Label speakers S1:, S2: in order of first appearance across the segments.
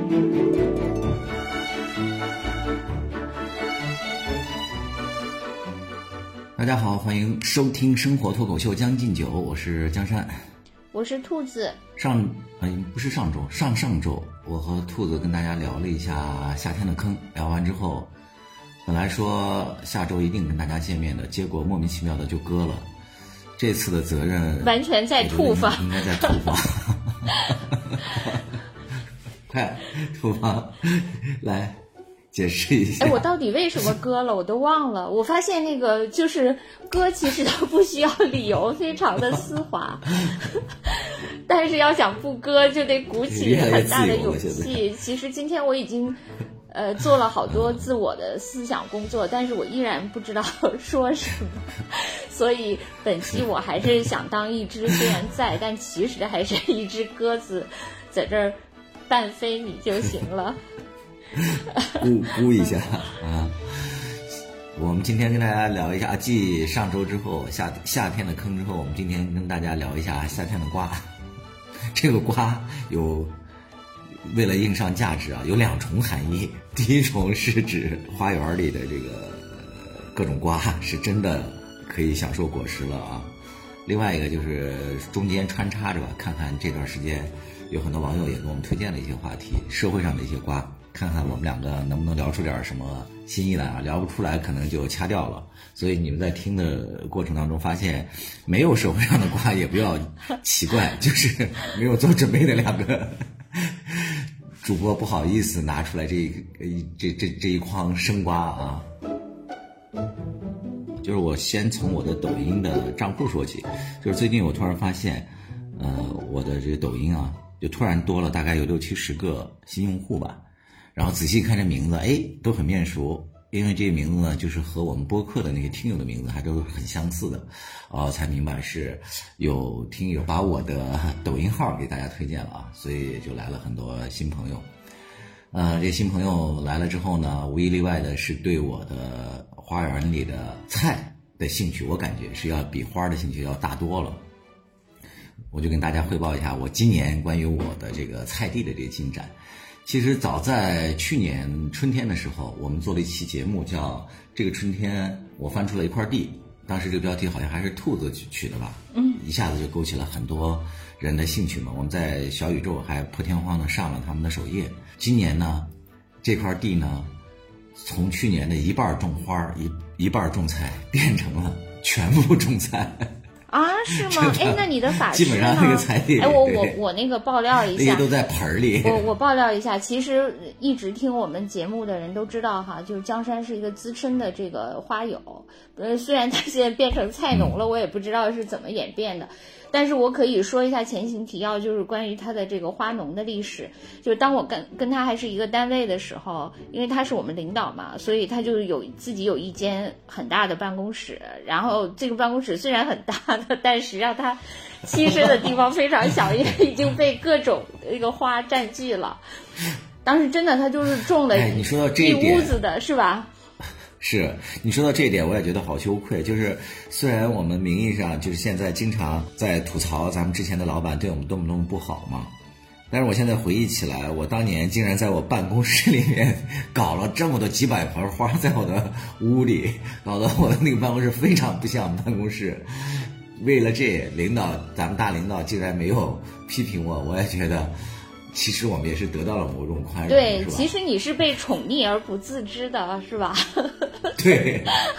S1: 大家好，欢迎收听生活脱口秀将进酒，我是江山，
S2: 我是兔子。
S1: 不是上周，我和兔子跟大家聊了一下夏天的坑，聊完之后，本来说下周一定跟大家见面的，结果莫名其妙的就搁了。这次的责任
S2: 完全在兔方，
S1: 应该在兔方。快，兔方来解释一下。
S2: 我到底为什么割了我都忘了。我发现那个就是割其实都不需要理由，非常的丝滑。但是要想不割就得鼓起很大的勇气。其实今天我已经做了好多自我的思想工作，但是我依然不知道说什么。所以本期我还是想当一只虽然在但其实还是一只鸽子，在这儿半飞你就行了。
S1: 估一下啊！我们今天跟大家聊一下，继上周之后夏天的坑之后，我们今天跟大家聊一下夏天的瓜。这个瓜有为了印上价值啊，有2重含义。第一重是指花园里的这个各种瓜是真的可以享受果实了啊。另外一个就是中间穿插着吧，看看这段时间有很多网友也给我们推荐了一些话题，社会上的一些瓜，看看我们两个能不能聊出点什么新意来啊。聊不出来可能就掐掉了。所以你们在听的过程当中发现没有社会上的瓜也不要奇怪，就是没有做准备的2个主播不好意思拿出来这一筐生瓜啊。就是我先从我的抖音的账户说起，就是最近我突然发现我的这个抖音啊就突然多了大概有60-70个新用户吧。然后仔细看这名字，都很面熟，因为这个名字呢就是和我们播客的那些听友的名字还都很相似的。才明白是有听友把我的抖音号给大家推荐了啊，所以就来了很多新朋友。这新朋友来了之后呢，无一例外的是对我的花园里的菜的兴趣，我感觉是要比花的兴趣要大多了。我就跟大家汇报一下我今年关于我的这个菜地的这个进展。其实早在去年春天的时候，我们做了一期节目叫这个春天我翻出了一块地，当时这个标题好像还是兔子取的吧，一下子就勾起了很多人的兴趣嘛。我们在小宇宙还破天荒的上了他们的首页。今年呢，这块地呢，从去年的一半种花一半种菜，变成了全部种菜。
S2: 啊，是吗？那你的法师呢？
S1: 基本上那个菜地，
S2: 我那个爆料一下，
S1: 那些都在盆里。
S2: 我爆料一下，其实一直听我们节目的人都知道哈，就是江山是一个资深的这个花友。虽然他现在变成菜农了，我也不知道是怎么演变的。但是我可以说一下前情提要，就是关于他的这个花农的历史。就是当我跟他还是一个单位的时候，因为他是我们领导嘛，所以他就自己有一间很大的办公室。然后这个办公室虽然很大的，但实际上他栖身的地方非常小，因为已经被各种这个花占据了。当时真的他就是种了
S1: 你说到这一点，
S2: 一屋子的是吧？
S1: 是，你说到这一点我也觉得好羞愧。就是虽然我们名义上就是现在经常在吐槽咱们之前的老板对我们多么不好嘛，但是我现在回忆起来，我当年竟然在我办公室里面搞了这么多几百盆花在我的屋里，搞得我的那个办公室非常不像办公室。为了这咱们大领导竟然没有批评我，我也觉得其实我们也是得到了某种宽容。
S2: 对，其实你是被宠溺而不自知的，是吧？
S1: 对。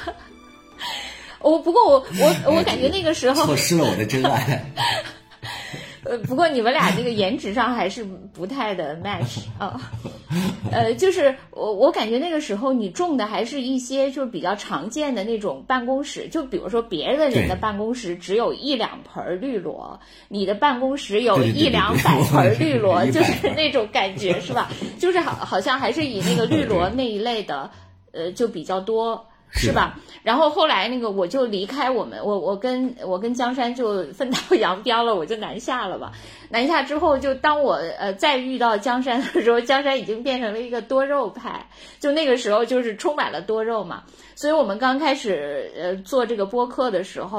S2: 不过我感觉那个时候
S1: 错失了我的真爱。
S2: 不过你们俩这个颜值上还是不太的 match 啊。就是我感觉那个时候你种的还是一些就是比较常见的那种办公室，就比如说别人的办公室只有1-2盆绿萝，你的办公室有100-200盆绿萝，就是那种感觉是吧？就是好像还是以那个绿萝那一类的就比较多。是吧？然后后来那个我就离开我跟江山就分道扬镳了，我就南下了吧。南下之后，就当我再遇到江山的时候，江山已经变成了一个多肉派，就那个时候就是充满了多肉嘛。所以我们刚开始做这个播客的时候，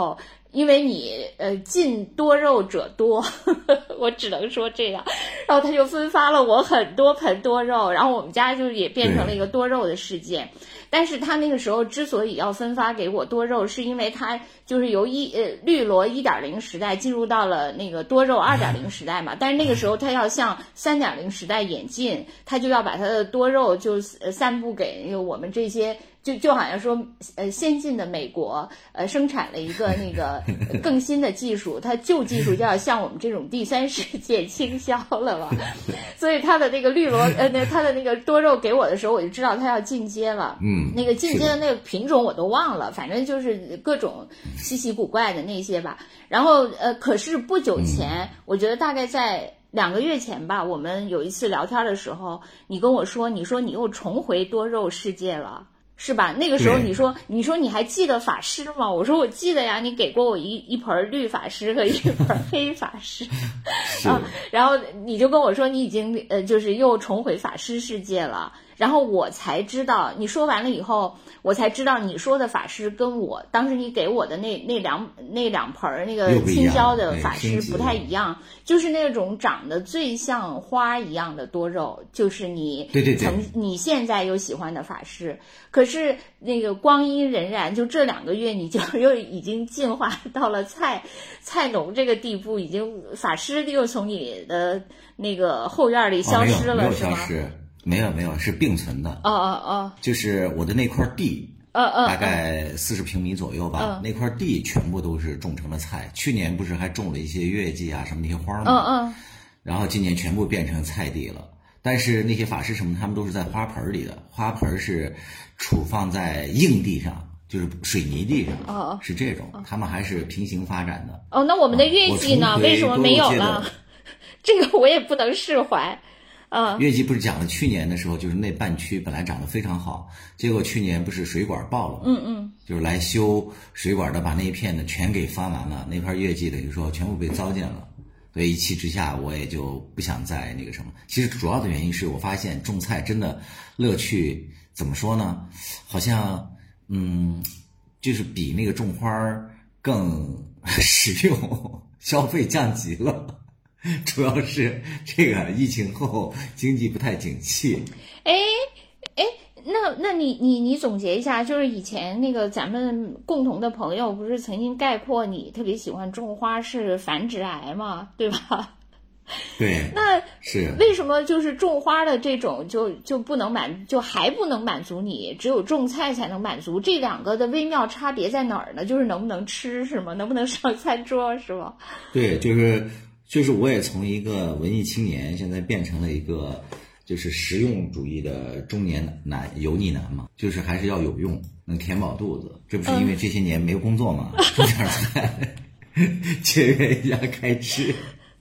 S2: 因为你进多肉者多，我只能说这样。然后他就分发了我很多盆多肉，然后我们家就也变成了一个多肉的世界。但是他那个时候之所以要分发给我多肉，是因为他就是由绿萝 1.0 时代进入到了那个多肉 2.0 时代嘛。但是那个时候他要向 3.0 时代演进，他就要把他的多肉就散布给那个我们这些。就好像说，先进的美国，生产了一个那个更新的技术，它旧技术就要向我们这种第三世界倾销了嘛。所以它的那个绿萝，它的那个多肉给我的时候，我就知道它要进阶了。那个进阶的那个品种我都忘了，反正就是各种稀奇古怪的那些吧。然后可是不久前，我觉得大概在2个月前吧，我们有一次聊天的时候，你跟我说，你说你又重回多肉世界了。是吧？那个时候你说你还记得法师吗？我说我记得呀，你给过我一盆绿法师和一盆黑法师，然后你就跟我说你已经就是又重回法师世界了。然后我才知道，你说完了以后，我才知道你说的法师跟我当时你给我的那两盆那个青椒的法师不太一样，就是那种长得最像花一样的多肉，就是你你现在又喜欢的法师。可是那个光阴荏苒，就这2个月你就又已经进化到了菜农这个地步，已经法师又从你的那个后院里消失了，是吗？
S1: 没有，是并存的。就是我的那块地，大概40平米左右吧，那块地全部都是种成了菜。去年不是还种了一些月季啊什么那些花吗？然后今年全部变成菜地了。但是那些法师什么，他们都是在花盆里的，花盆是储放在硬地上，就是水泥地上，是这种，他们还是平行发展的。
S2: 那我们的月季呢？为什么没有了？这个我也不能释怀。
S1: 月季不是讲了，去年的时候就是那半区本来长得非常好，结果去年不是水管爆了，就是来修水管的把那一片的全给翻完了，那片月季等于说全部被糟践了。所以一气之下，我也就不想再那个什么。其实主要的原因是我发现种菜真的乐趣怎么说呢？好像就是比那个种花更实用，消费降级了。主要是这个疫情后经济不太景气。
S2: 那你总结一下，就是以前那个咱们共同的朋友不是曾经概括你特别喜欢种花是繁殖癌吗？对吧？
S1: 对，
S2: 那
S1: 是
S2: 为什么就是种花的这种就不能就还不能满足你，只有种菜才能满足？这2个的微妙差别在哪儿呢？就是能不能吃是吗？能不能上餐桌是吗？
S1: 对，就是我也从一个文艺青年现在变成了一个就是实用主义的中年男，油腻男嘛，就是还是要有用，能填饱肚子。这不是因为这些年没有工作嘛，种点菜节约一下开支。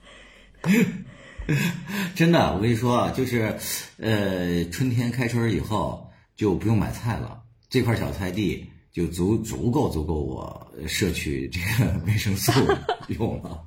S1: 真的，我跟你说啊，就是春天开春以后就不用买菜了，这块小菜地就足够我摄取这个维生素用了。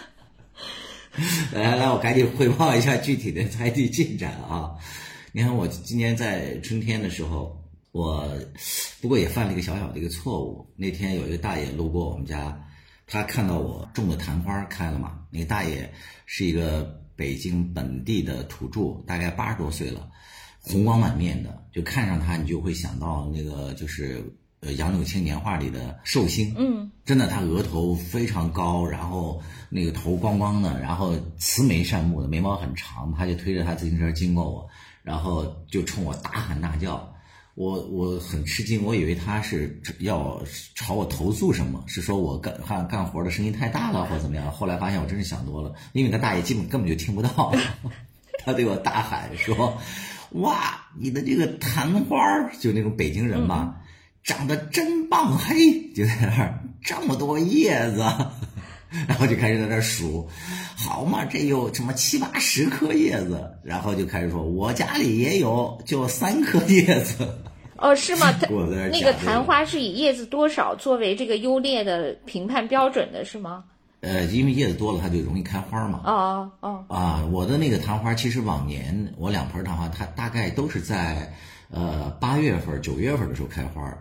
S1: 来，我赶紧汇报一下具体的菜地进展啊！你看，我今年在春天的时候，我不过也犯了一个小小的一个错误。那天有一个大爷路过我们家，他看到我种的昙花开了嘛。那个大爷是一个北京本地的土著，大概80多岁了，红光满面的，就看上他你就会想到那个就是杨柳青年画里的寿星。真的，他额头非常高，然后那个头光光的，然后慈眉善目的，眉毛很长，他就推着他自行车经过我，然后就冲我大喊大叫。我很吃惊，我以为他是要朝我投诉什么，是说我干活的声音太大了或怎么样。后来发现我真是想多了，因为他大爷根本就听不到，他对我大喊说：“哇，你的这个昙花，就那种北京人嘛，长得真棒，嘿，就在那儿这么多叶子。”然后就开始在那数，好嘛，这有什么7、80颗叶子，然后就开始说我家里也有，就3颗叶子。
S2: 是吗？
S1: 那
S2: 个昙花是以叶子多少作为这个优劣的评判标准的，是吗？
S1: 因为叶子多了，它就容易开花嘛。我的那个昙花，其实往年我2盆昙花，它大概都是在8月份、9月份的时候开花。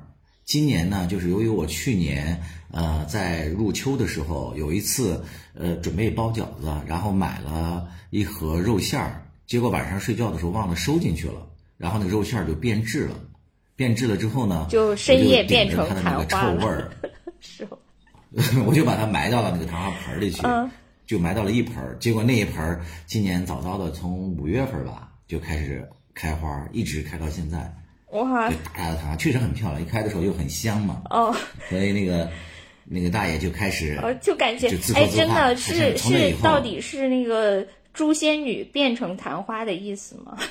S1: 今年呢，就是由于我去年在入秋的时候有一次准备包饺子，然后买了一盒肉馅儿，结果晚上睡觉的时候忘了收进去了，然后那个肉馅儿就变质了。变质了之后呢，
S2: 就深夜变成
S1: 它的那个臭味儿，
S2: 是吧？
S1: 我就把它埋到了那个糖花盆里去，就埋到了一盆。结果那一盆今年早早的从5月份吧就开始开花，一直开到现在。
S2: 哇，
S1: 就大的糖确实很漂亮，一开的时候又很香嘛。
S2: 哦，
S1: 所以那个大爷就开始，
S2: 就感觉
S1: 就自说自话，
S2: 真的是到底是那个诛仙女变成昙花的意思吗？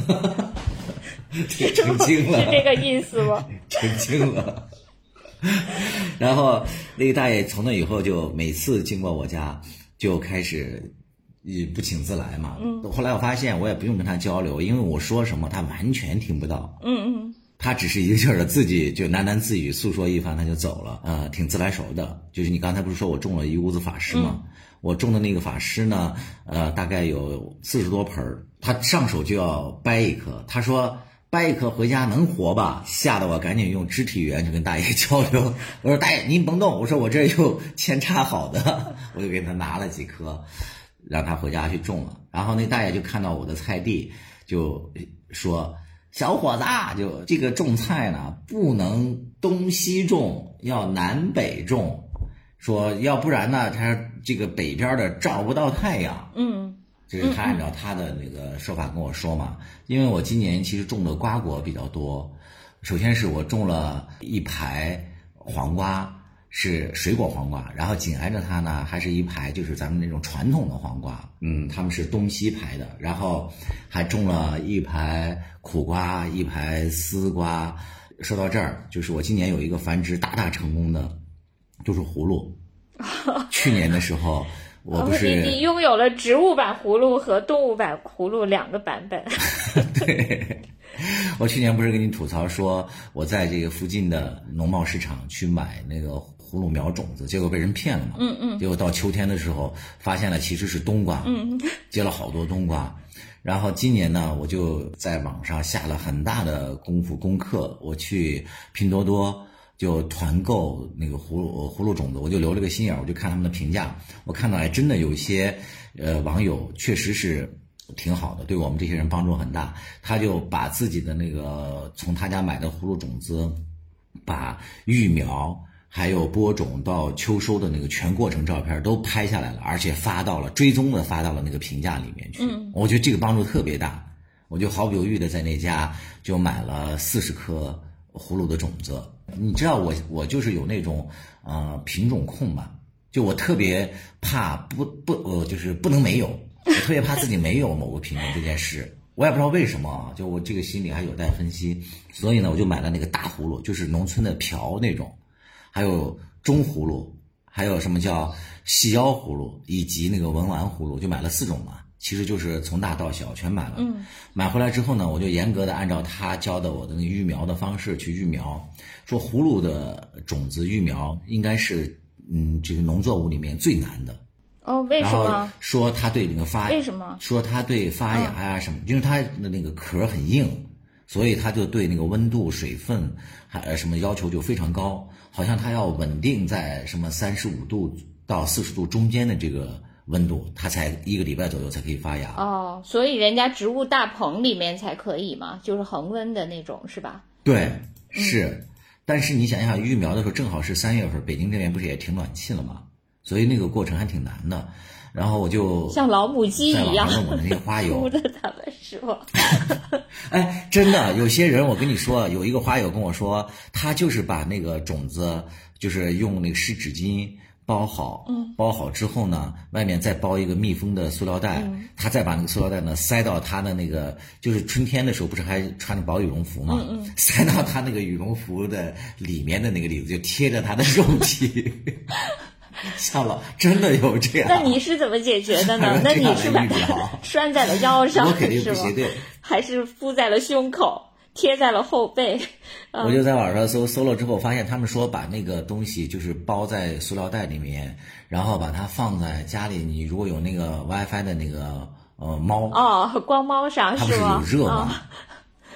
S1: 澄清了，
S2: 是这个意思吗？
S1: 澄清了。然后那个大爷从那以后就每次经过我家就开始不请自来嘛。后来我发现我也不用跟他交流，因为我说什么他完全听不到。他只是一个劲儿的自己就喃喃自语诉说一番，他就走了。挺自来熟的。就是你刚才不是说我种了一屋子法师吗？我种的那个法师呢，大概有40多盆，他上手就要掰一颗，他说掰一颗回家能活吧？吓得我赶紧用肢体语言去跟大爷交流。我说大爷您甭动，我说我这有扦插好的，我就给他拿了几颗，让他回家去种了。然后那大爷就看到我的菜地，就说小伙子啊，就这个种菜呢不能东西种，要南北种。说要不然呢，他这个北边的照不到太阳。这是他按照他的那个说法跟我说嘛。因为我今年其实种的瓜果比较多，首先是我种了一排黄瓜，是水果黄瓜，然后紧挨着它呢还是一排就是咱们那种传统的黄瓜，他们是东西排的，然后还种了一排苦瓜，一排丝瓜。说到这儿，就是我今年有一个繁殖大成功的，就是葫芦。去年的时候我不是
S2: 你拥有了植物版葫芦和动物版葫芦2个版本。
S1: 对，我去年不是跟你吐槽说我在这个附近的农贸市场去买那个葫芦苗种子，结果被人骗了嘛。结果到秋天的时候发现了其实是冬瓜。结了好多冬瓜。然后今年呢，我就在网上下了很大的功课，我去拼多多就团购那个葫芦种子，我就留了个心眼，我就看他们的评价。我看到真的有一些网友确实是挺好的，对我们这些人帮助很大。他就把自己的那个从他家买的葫芦种子，把育苗还有播种到秋收的那个全过程照片都拍下来了，而且追踪的发到了那个评价里面去。我觉得这个帮助特别大，我就毫不犹豫的在那家就买了40颗葫芦的种子。你知道我就是有那种品种控吧，就我特别怕就是不能没有，我特别怕自己没有某个品种这件事。我也不知道为什么，就我这个心里还有待分析。所以呢，我就买了那个大葫芦，就是农村的瓢那种，还有中葫芦，还有什么叫细腰葫芦，以及那个文玩葫芦，就买了4种嘛。其实就是从大到小全买了。买回来之后呢，我就严格的按照他教的我的那个育苗的方式去育苗。说葫芦的种子育苗应该是这个农作物里面最难的。
S2: 为什么？
S1: 然后说它对那个
S2: 为什么？
S1: 说它对发芽呀什么，因为它的那个壳很硬，所以它就对那个温度、水分还什么要求就非常高，好像它要稳定在什么35度到40度中间的这个温度，它才1个礼拜左右才可以发芽。
S2: 所以人家植物大棚里面才可以嘛，就是恒温的那种，是吧？
S1: 对，是。但是你想想，育苗的时候正好是3月份，北京这边不是也停暖气了吗？所以那个过程还挺难的。然后我就
S2: 像老母鸡一样
S1: 在网上问我的那些花友
S2: 的他们说
S1: 哎，真的有些人，我跟你说，有一个花友跟我说，他就是把那个种子就是用那个湿纸巾包好，包好之后呢，外面再包一个密封的塑料袋，他再把那个塑料袋呢塞到他的那个，就是春天的时候不是还穿着薄羽绒服吗？塞到他那个羽绒服的里面的那个里子，就贴着他的肉体。笑了，真的有这样。
S2: 那你是怎么解决的呢？那你是把它拴在了腰上，
S1: 我肯定不行，对，
S2: 还是敷在了胸口，贴在了后背？
S1: 我就在网上搜了之后，发现他们说把那个东西就是包在塑料袋里面，然后把它放在家里。你如果有那个 WiFi 的那个猫
S2: 光猫上，
S1: 它不是有热吗？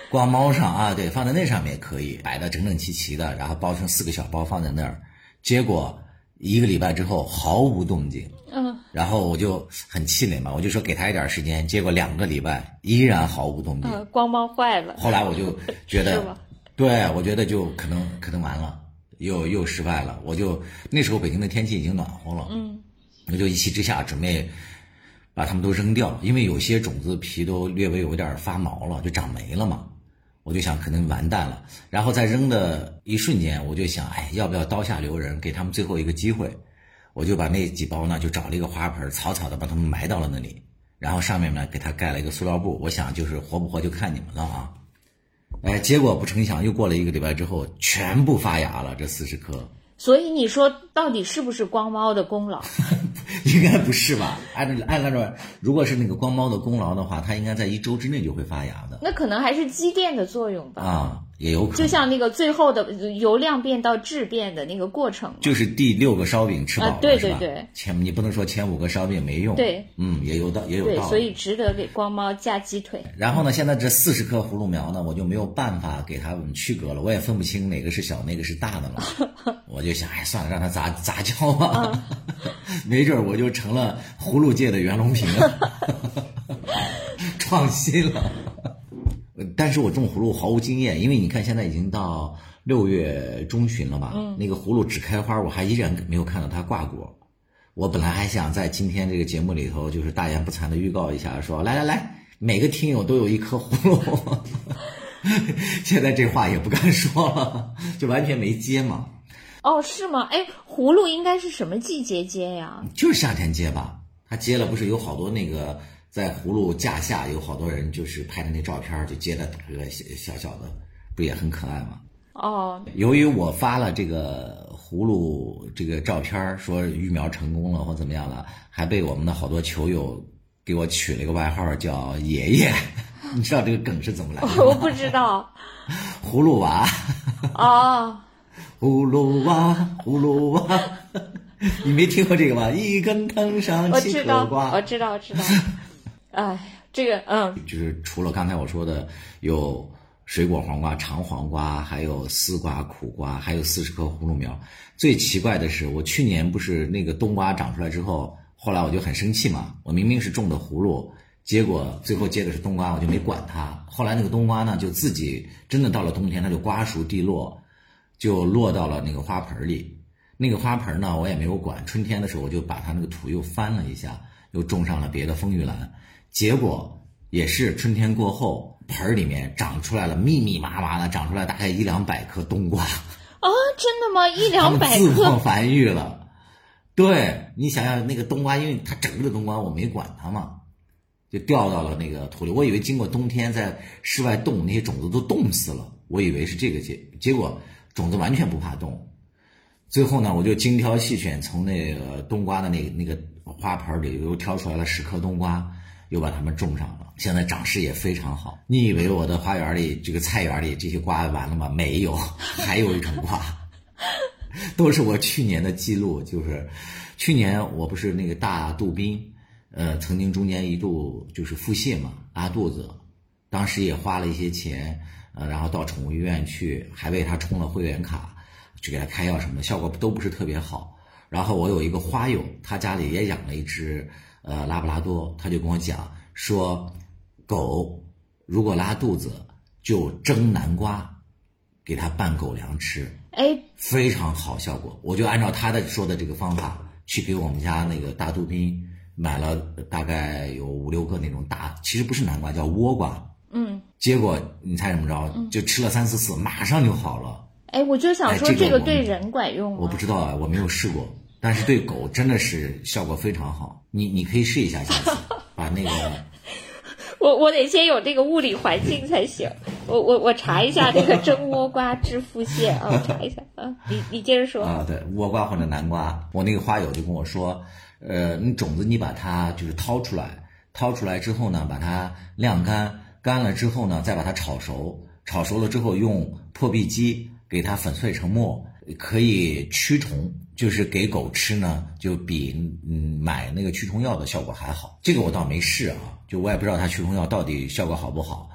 S1: 光猫上啊，对，放在那上面也可以，摆得整整齐齐的，然后包成4个小包放在那儿。结果1个礼拜之后毫无动静，然后我就很气馁嘛，我就说给他一点时间，结果2个礼拜依然毫无动静，
S2: 光猫坏了。
S1: 后来我就觉得，对，我觉得就可能完了，又失败了。我就那时候北京的天气已经暖和了，我就一气之下准备把它们都扔掉，因为有些种子皮都略微有点发毛了，就长霉了嘛。我就想可能完蛋了，然后在扔的一瞬间，我就想，要不要刀下留人，给他们最后一个机会？我就把那几包呢，就找了一个花盆，草草的把它们埋到了那里，然后上面呢给它盖了一个塑料布，我想就是活不活就看你们了啊。结果不成想，又过了1个礼拜之后，全部发芽了，这40颗。
S2: 所以你说到底是不是光猫的功劳？
S1: 应该不是吧？按照如果是那个光猫的功劳的话，它应该在1周之内就会发芽的。
S2: 那可能还是积淀的作用吧。
S1: 啊，也有可能。
S2: 就像那个最后的由量变到质变的那个过程。
S1: 就是第6个烧饼吃饱了，
S2: 对
S1: 是吧？
S2: 对。
S1: 你不能说前5个烧饼没用。
S2: 对。
S1: 也有道理。
S2: 对，所以值得给光猫加鸡腿。
S1: 然后呢，现在这40颗葫芦苗呢，我就没有办法给它们区隔了，我也分不清哪个是小，哪个是大的了。我就想，算了，让它杂交吧，没准我就成了葫芦界的袁隆平了，创新了。但是我种葫芦毫无经验，因为你看现在已经到6月中旬了吧，那个葫芦只开花，我还依然没有看到它挂果。我本来还想在今天这个节目里头，就是大言不惭的预告一下，说来，每个听友都有1颗葫芦。现在这话也不敢说了，就完全没接嘛。
S2: 哦，是吗？葫芦应该是什么季节接呀？
S1: 就是夏天接吧。他接了，不是有好多那个在葫芦架下有好多人就是拍的那照片，就接的大个小的，不也很可爱吗？
S2: 哦，
S1: 由于我发了这个葫芦这个照片，说育苗成功了或怎么样了，还被我们的好多球友给我取了一个外号叫爷爷。你知道这个梗是怎么来的吗？
S2: 我不知道。
S1: 葫芦娃。
S2: 哦。
S1: 葫芦娃，葫芦娃，你没听过这个吗？一根藤上7颗瓜。
S2: 我知道。这个
S1: 就是除了刚才我说的有水果黄瓜、长黄瓜，还有丝瓜、苦瓜，还有40颗葫芦苗。最奇怪的是，我去年不是那个冬瓜长出来之后，后来我就很生气嘛，我明明是种的葫芦，结果最后结的是冬瓜，我就没管它。后来那个冬瓜呢，就自己真的到了冬天，它就瓜熟蒂落，就落到了那个花盆里。那个花盆呢，我也没有管，春天的时候我就把它那个土又翻了一下，又种上了别的风玉兰。结果也是春天过后，盆里面长出来了密密麻麻的，长出来大概100-200颗冬瓜。
S2: 啊，真的吗？100-200颗？它们
S1: 自放繁育了。对，你想想那个冬瓜，因为它整个冬瓜我没管它嘛，就掉到了那个土里。我以为经过冬天在室外冻，那些种子都冻死了，我以为是这个结果种子完全不怕冻。最后呢，我就精挑细选，从那个冬瓜的那个花盆里又挑出来了10颗冬瓜，又把它们种上了。现在长势也非常好。你以为我的花园里这个菜园里这些瓜完了吗？没有，还有一种瓜。都是我去年的记录，就是去年我不是那个大肚宾，曾经中间一度就是腹泻嘛，拉肚子，当时也花了一些钱，然后到宠物医院去，还为他充了会员卡，去给他开药什么的，效果都不是特别好。然后我有一个花友，他家里也养了一只拉布拉多，他就跟我讲说，狗如果拉肚子就蒸南瓜，给它拌狗粮吃，非常好效果。我就按照他说的这个方法去给我们家那个大肚宾买了大概有5-6个那种大，其实不是南瓜，叫倭瓜。结果你猜怎么着？就吃了3-4次，马上就好了。
S2: 我就想说这个对人管用吗？
S1: 我不知道啊，我没有试过，但是对狗真的是效果非常好。你可以试一下，下次把那个。
S2: 我得先有这个物理环境才行。我查一下这个蒸倭瓜治腹泻啊，我查一下啊。你接着说
S1: 啊。对，倭瓜或者南瓜，我那个花友就跟我说，你种子你把它就是掏出来之后呢，把它晾干了之后呢，再把它炒熟了之后用破壁机给它粉碎成沫，可以驱虫。就是给狗吃呢，就比买那个驱虫药的效果还好。这个我倒没试啊，就我也不知道它驱虫药到底效果好不好。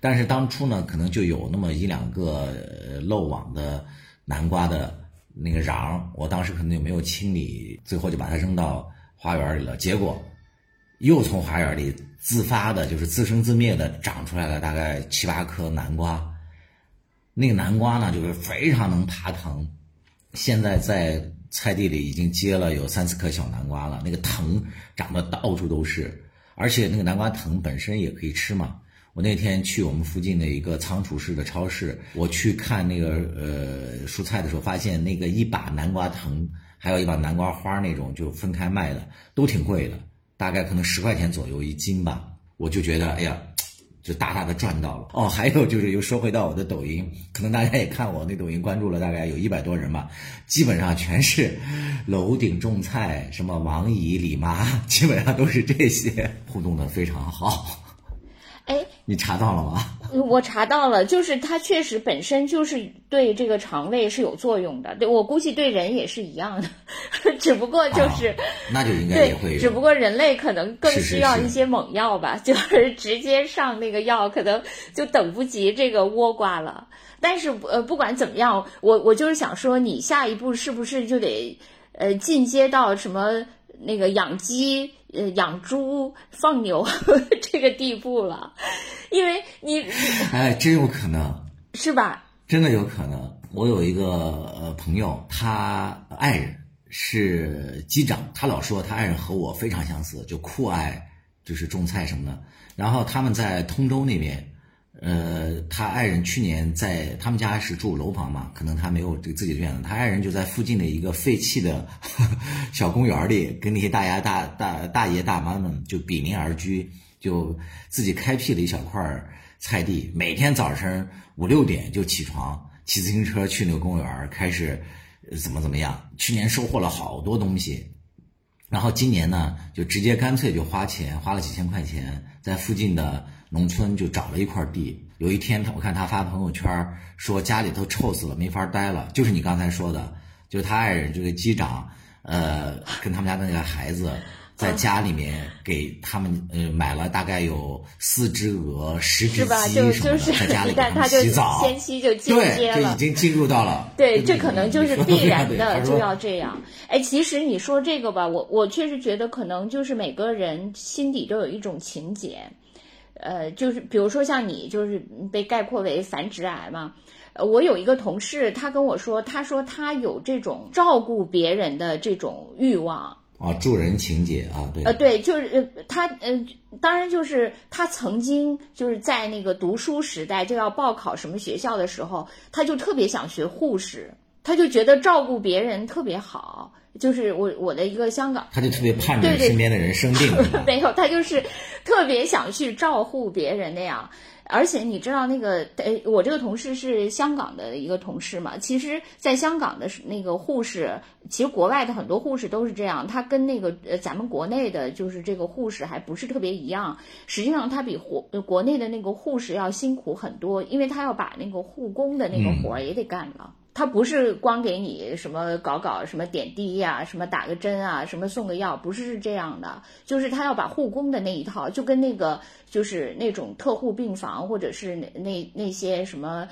S1: 但是当初呢，可能就有那么一两个漏网的南瓜的那个瓤，我当时可能就没有清理，最后就把它扔到花园里了。结果又从花园里自发的，就是自生自灭的长出来了大概7、8颗南瓜。那个南瓜呢，就是非常能爬藤，现在在菜地里已经结了有3、4颗小南瓜了，那个藤长得到处都是，而且那个南瓜藤本身也可以吃嘛。我那天去我们附近的一个仓储市的超市，我去看那个蔬菜的时候，发现那个一把南瓜藤还有一把南瓜花那种就分开卖的，都挺贵的，大概可能10块钱左右1斤吧。我就觉得哎呀，就大大的赚到了。哦，还有就是又说回到我的抖音，可能大家也看我那抖音关注了大概有100多人吧，基本上全是楼顶种菜，什么王姨、李妈，基本上都是这些，互动的非常好。
S2: 哎，
S1: 你查到了吗？
S2: 我查到了，就是它确实本身就是对这个肠胃是有作用的，对，我估计对人也是一样的，只不过就是、
S1: 那就应该也会有，
S2: 只不过人类可能更需要一些猛药吧，就是直接上那个药，可能就等不及这个倭瓜了。但是不管怎么样，我就是想说，你下一步是不是就得进阶到什么那个养鸡、养猪、放牛这个地步了？因为你
S1: 哎，真有可能，
S2: 是吧？
S1: 真的有可能。我有一个朋友，他爱人是机长，他老说他爱人和我非常相似，就酷爱就是种菜什么的。然后他们在通州那边，他爱人去年在他们家是住楼房嘛，可能他没有这个自己的院子，他爱人就在附近的一个废弃的小公园里，跟那些大爷大妈们就比邻而居，就自己开辟了一小块菜地，每天早晨5、6点就起床，骑自行车去那个公园，开始怎么样。去年收获了好多东西，然后今年呢，就直接干脆就花了几千块钱，在附近的农村就找了一块地。有一天我看他发朋友圈说家里头臭死了，没法待了，就是你刚才说的，就是他爱人这个机长跟他们家的那个孩子在家里面给他们买了大概有4只鹅、10只鸡什么的，在家里给他们洗澡，
S2: 先期就进阶了，
S1: 对，就已经进入到了。
S2: 对，这可能就是必然的，就要这样。哎，其实你说这个吧，我确实觉得可能就是每个人心底都有一种情结，就是比如说像你，就是被概括为繁殖癌嘛。我有一个同事，他跟我说，他说他有这种照顾别人的这种欲望。
S1: 助人情节啊，对，
S2: 对，就是他当然就是他曾经就是在那个读书时代就要报考什么学校的时候，他就特别想学护士，他就觉得照顾别人特别好。就是我的一个香港，
S1: 他就特别盼着身边的人生病，
S2: 没有，他就是特别想去照护别人那样。而且你知道那个我这个同事是香港的一个同事嘛，其实在香港的那个护士，其实国外的很多护士都是这样，他跟那个咱们国内的就是这个护士还不是特别一样，实际上他比国内的那个护士要辛苦很多，因为他要把那个护工的那个活也得干了。他不是光给你什么搞什么点滴呀，什么打个针啊，什么送个药，不是这样的，就是他要把护工的那一套，就跟那个就是那种特护病房或者是那些什么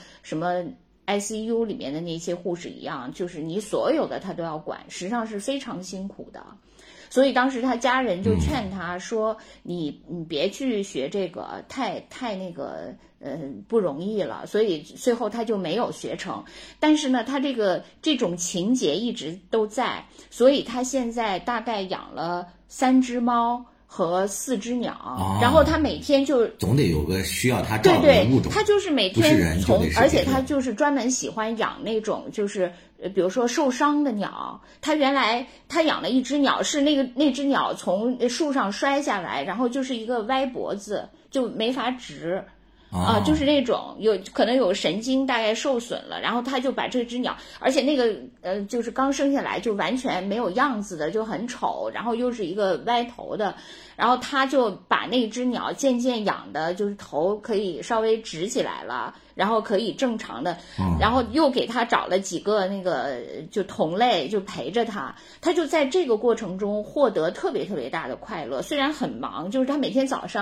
S2: ICU 里面的那些护士一样，就是你所有的他都要管，实际上是非常辛苦的。所以当时他家人就劝他说，你别去学这个，太那个不容易了，所以最后他就没有学成。但是呢，他这种情节一直都在，所以他现在大概养了3只猫和4只鸟，然后他每天就
S1: 总得有个需要他照顾的物种，
S2: 对，他就是每天而且他就是专门喜欢养那种就是比如说受伤的鸟，他原来他养了一只鸟，是那只鸟从树上摔下来，然后就是一个歪脖子，就没法直。就是那种可能有神经大概受损了，然后他就把这只鸟，而且那个就是刚生下来就完全没有样子的，就很丑，然后又是一个歪头的，然后他就把那只鸟渐渐养的就是头可以稍微直起来了，然后可以正常的，然后又给他找了几个那个就同类就陪着他，他就在这个过程中获得特别特别大的快乐。虽然很忙，就是他每天早上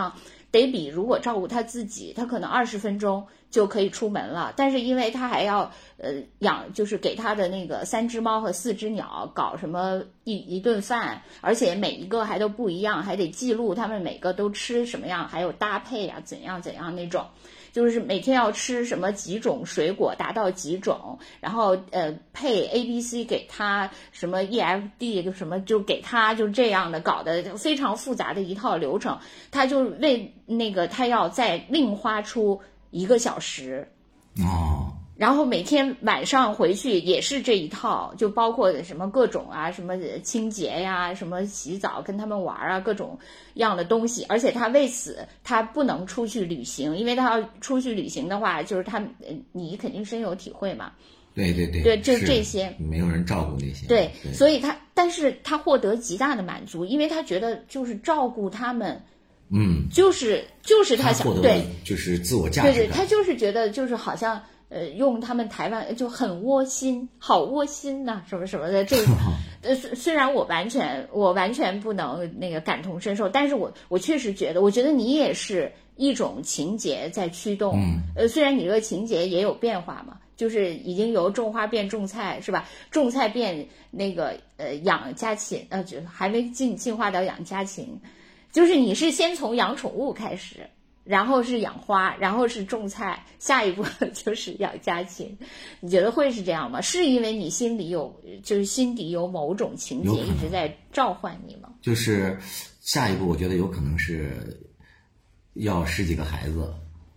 S2: 得比如果照顾他自己，他可能20分钟就可以出门了，但是因为他还要养，就是给他的那个3只猫和4只鸟搞什么一顿饭，而且每一个还都不一样，还得记录他们每个都吃什么样，还有搭配啊怎样那种。就是每天要吃什么几种水果达到几种，然后配 ABC 给他什么 EFD 什么就给他就这样的，搞得非常复杂的一套流程，他就为那个他要再另花出1个小时
S1: 哦。
S2: 然后每天晚上回去也是这一套，就包括什么各种啊，什么清洁呀，什么洗澡跟他们玩啊，各种样的东西。而且他为此他不能出去旅行，因为他要出去旅行的话，就是他你肯定深有体会嘛。
S1: 对，
S2: 就这些
S1: 没有人照顾那些。
S2: 对，所以但是他获得极大的满足，因为他觉得就是照顾他们。就是他想对，
S1: 就是自我价值感。
S2: 对，他就是觉得就是好像用他们台湾就很窝心，好窝心呐，什么什么的。这虽然我完全不能那个感同身受，但是我确实觉得，我觉得你也是一种情节在驱动。虽然你这个情节也有变化嘛，就是已经由种花变种菜是吧？种菜变那个养家禽，就还没进化到养家禽。就是你是先从养宠物开始，然后是养花，然后是种菜，下一步就是养家禽。你觉得会是这样吗？是因为你心底有某种情节一直在召唤你吗？
S1: 就是下一步我觉得有可能是要10几个孩子。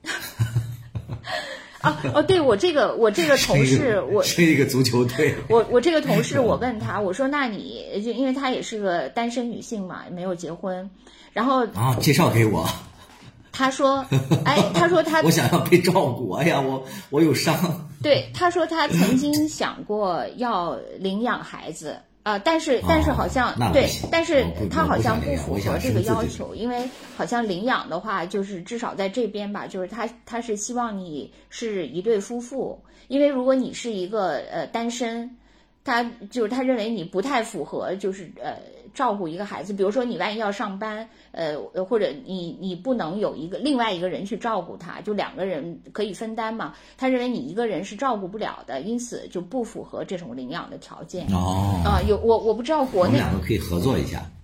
S2: 对，我这个同事，
S1: 是一个足球队。
S2: 我这个同事，我问他，我说那你就因为她也是个单身女性嘛，没有结婚，然后
S1: 介绍给我。
S2: 他说他
S1: 我想要被照顾，哎呀，我有伤。
S2: 对，他说他曾经想过要领养孩子。但是好像对，但是他好像不符合这个要求，因为好像领养的话，就是至少在这边吧，就是他是希望你是一对夫妇，因为如果你是一个单身，他认为你不太符合，就是照顾一个孩子，比如说你万一要上班，或者你不能有另外一个人去照顾他，就2个人可以分担嘛。他认为你一个人是照顾不了的，因此就不符合这种领养的条件。我不知道国内
S1: 我们2个可以合作一下。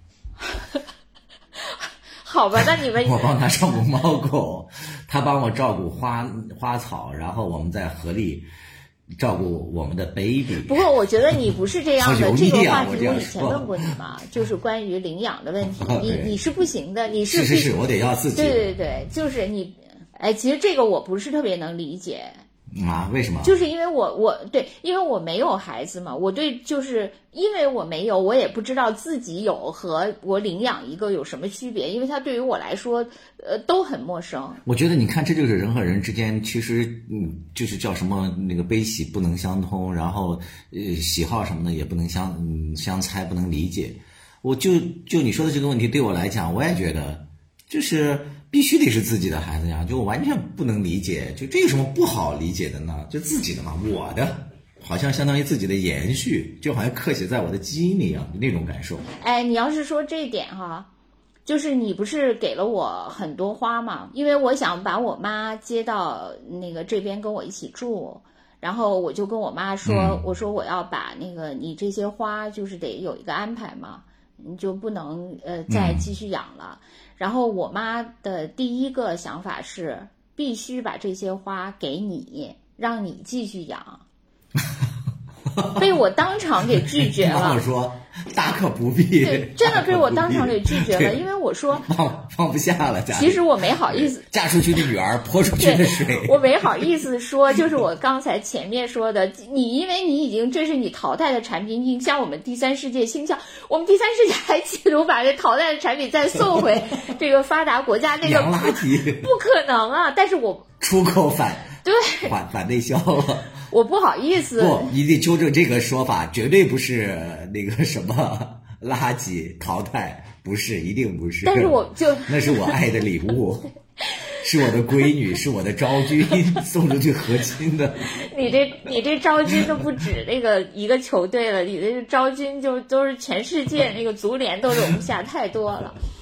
S2: 好吧，那你们
S1: 我帮他照顾猫狗，他帮我照顾花草，然后我们再合力照顾我们的 baby。
S2: 不过我觉得你不是这样的。这个话题我以前问过你嘛， ， 就是关于领养的问题。你是不行的，你
S1: 是我得要自己。
S2: 对，就是你，其实这个我不是特别能理解。
S1: 为什么？
S2: 就是因为因为我没有孩子嘛，就是因为我没有，我也不知道自己有和我领养一个有什么区别，因为它对于我来说，都很陌生。
S1: 我觉得你看，这就是人和人之间，其实就是叫什么那个悲喜不能相通，然后喜好什么的也不能相猜，不能理解。我就你说的这个问题，对我来讲，我也觉得就是必须得是自己的孩子呀，就完全不能理解，就这有什么不好理解的呢？就自己的嘛，我的好像相当于自己的延续，就好像刻写在我的基因里一样，那种感受。
S2: 你要是说这一点哈，就是你不是给了我很多花嘛？因为我想把我妈接到那个这边跟我一起住，然后我就跟我妈说，我说我要把那个你这些花就是得有一个安排嘛，你就不能再继续养了。然后我妈的第一个想法是必须把这些花给你，让你继续养。被我当场给拒绝了。
S1: 我说大可不必。
S2: 对，真的被我当场给拒绝了，因为我说
S1: 放不下了。
S2: 其实我没好意思，
S1: 嫁出去的女儿泼出去的水，
S2: 我没好意思说，就是我刚才前面说的，因为你已经这是你淘汰的产品，影响我们第三世界倾向，我们第三世界还企图把这淘汰的产品再送回这个发达国家，那个
S1: 洋垃圾
S2: 不可能啊！但是我
S1: 出口反内销了。
S2: 我不好意思。
S1: 不，你得纠正这个说法，绝对不是那个什么垃圾淘汰，不是，一定不是。
S2: 但是
S1: 那是我爱的礼物，是我的闺女，是我的昭君送出去和亲的。
S2: 你这昭君都不止那个一个球队了，你这昭君就都是全世界那个足联都容不下，太多了。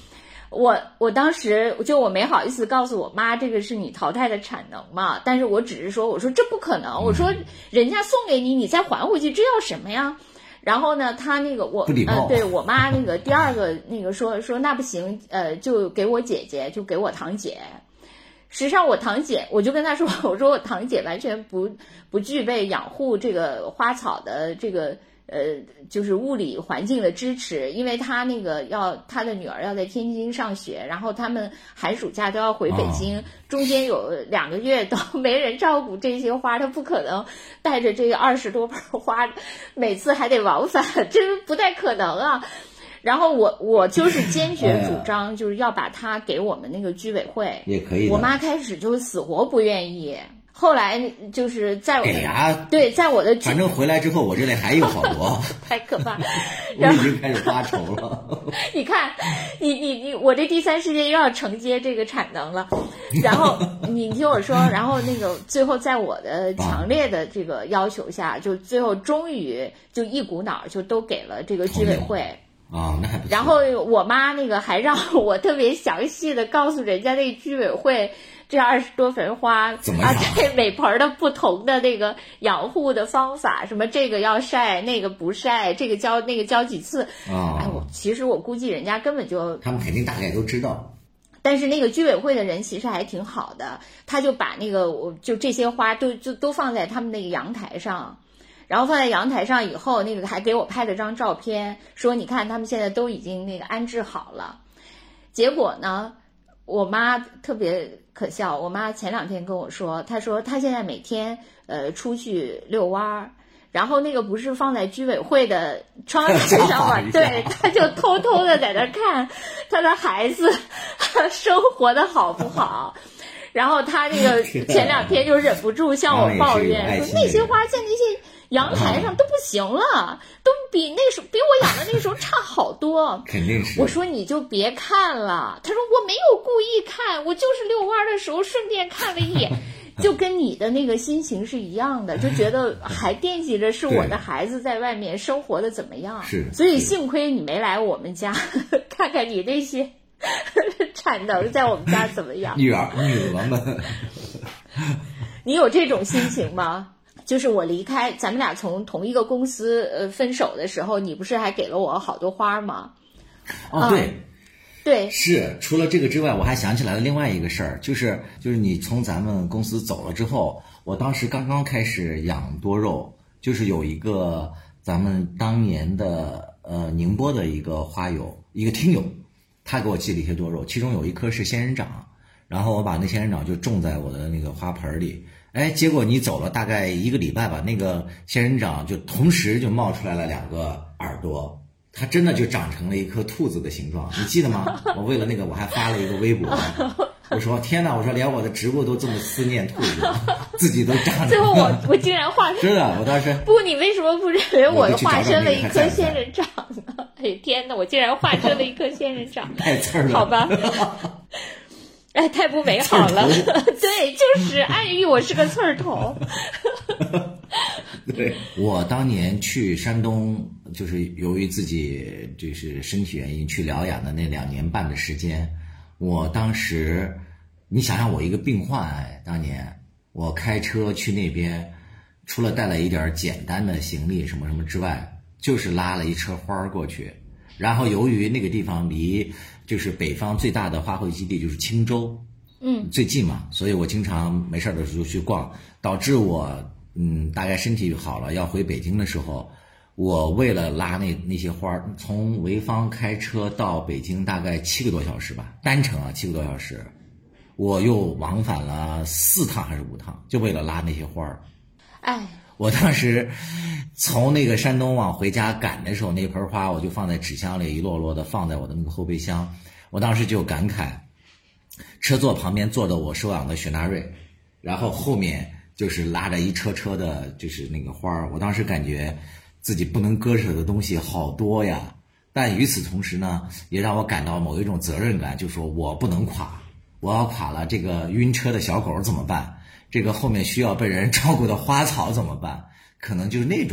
S2: 我当时我没好意思告诉我妈这个是你淘汰的产能嘛，但是我只是说，我说这不可能，我说人家送给你，你再还回去，这要什么呀？然后呢，他那个对我妈那个第二个那个说那不行，就给我姐姐，就给我堂姐。实际上我堂姐，我就跟她说，我说我堂姐完全不具备养护这个花草的这个就是物理环境的支持，因为她那个她的女儿要在天津上学，然后他们寒暑假都要回北京，中间有2个月都没人照顾这些花，她不可能带着这个20多盆花，每次还得往返，这不太可能啊。然后我就是坚决主张，就是要把它给我们那个居委会，
S1: 也可以。
S2: 我妈开始就死活不愿意，后来就是在我
S1: 给呀，
S2: 对，在我的
S1: 反正回来之后，我这里还有好多，
S2: 太可怕，
S1: 我已经开始发愁了。
S2: 你看，你我这第三世界又要承接这个产能了，然后你听我说，然后那个最后在我的强烈的这个要求下，就最后终于就一股脑就都给了这个居委会。
S1: 那还不错。
S2: 然后我妈那个还让我特别详细的告诉人家那个居委会这20多盆花这每盆的不同的那个养护的方法，什么这个要晒，那个不晒，这个浇那个浇几次。其实我估计人家根本就
S1: 他们肯定大概都知道。
S2: 但是那个居委会的人其实还挺好的，他就把那个就这些花都放在他们那个阳台上。然后放在阳台上以后，那个还给我拍了张照片，说你看他们现在都已经那个安置好了。结果呢，我妈特别可笑，我妈前2天跟我说，她说她现在每天出去遛弯，然后那个不是放在居委会的窗台上嘛，对，她就偷偷的在那看她的孩子生活的好不好。然后她那个前2天就忍不住向我抱怨说，那些花在那些阳台上都不行了，都比我养的那时候差好多。
S1: 肯定是。
S2: 我说你就别看了，他说我没有故意看，我就是遛弯的时候顺便看了一眼，就跟你的那个心情是一样的，就觉得还惦记着是我的孩子在外面生活的怎么样。
S1: 是。
S2: 所以幸亏你没来我们家，看看你那些产能在我们家怎么样。
S1: 女儿们，
S2: 你有这种心情吗？就是我离开，咱们俩从同一个公司分手的时候，你不是还给了我好多花吗？
S1: 对，是。除了这个之外，我还想起来了另外一个事儿，就是你从咱们公司走了之后，我当时刚刚开始养多肉，就是有一个咱们当年的宁波的一个花友，一个听友，他给我寄了一些多肉，其中有一颗是仙人掌，然后我把那仙人掌就种在我的那个花盆里。结果你走了大概1个礼拜吧，那个仙人掌就同时就冒出来了2个耳朵，它真的就长成了一颗兔子的形状，你记得吗？我为了那个我还发了一个微博，我说天哪，我说连我的植物都这么思念兔子，自己都长成。
S2: 最后我竟然化身，
S1: 真的，我当时
S2: 不，你为什么不认为我化身了一颗仙人掌呢？哎天哪，我竟然化身了一颗仙人掌，
S1: 太刺儿了，
S2: 好吧。太不美好了。对，就是暗喻我是个刺儿头。
S1: 对，我当年去山东，就是由于自己就是身体原因去疗养的那2年半的时间，我当时你想想我一个病患，当年我开车去那边，除了带了一点简单的行李什么什么之外，就是拉了一车花过去。然后由于那个地方离就是北方最大的花卉基地就是青州，最近嘛，所以我经常没事的时候去逛，导致我大概身体好了要回北京的时候，我为了拉那些花，从潍坊开车到北京大概7个多小时吧，单程啊7个多小时，我又往返了4趟还是5趟，就为了拉那些花。我当时从那个山东往回家赶的时候，那盆花我就放在纸箱里，一摞摞的放在我的那个后备箱。我当时就感慨，车座旁边坐着我收养的雪纳瑞，然后后面就是拉着一车车的就是那个花。我当时感觉自己不能割舍的东西好多呀，但与此同时呢，也让我感到某一种责任感，就说我不能垮，我要垮了，这个晕车的小狗怎么办？这个后面需要被人照顾的花草怎么办？可能就是那种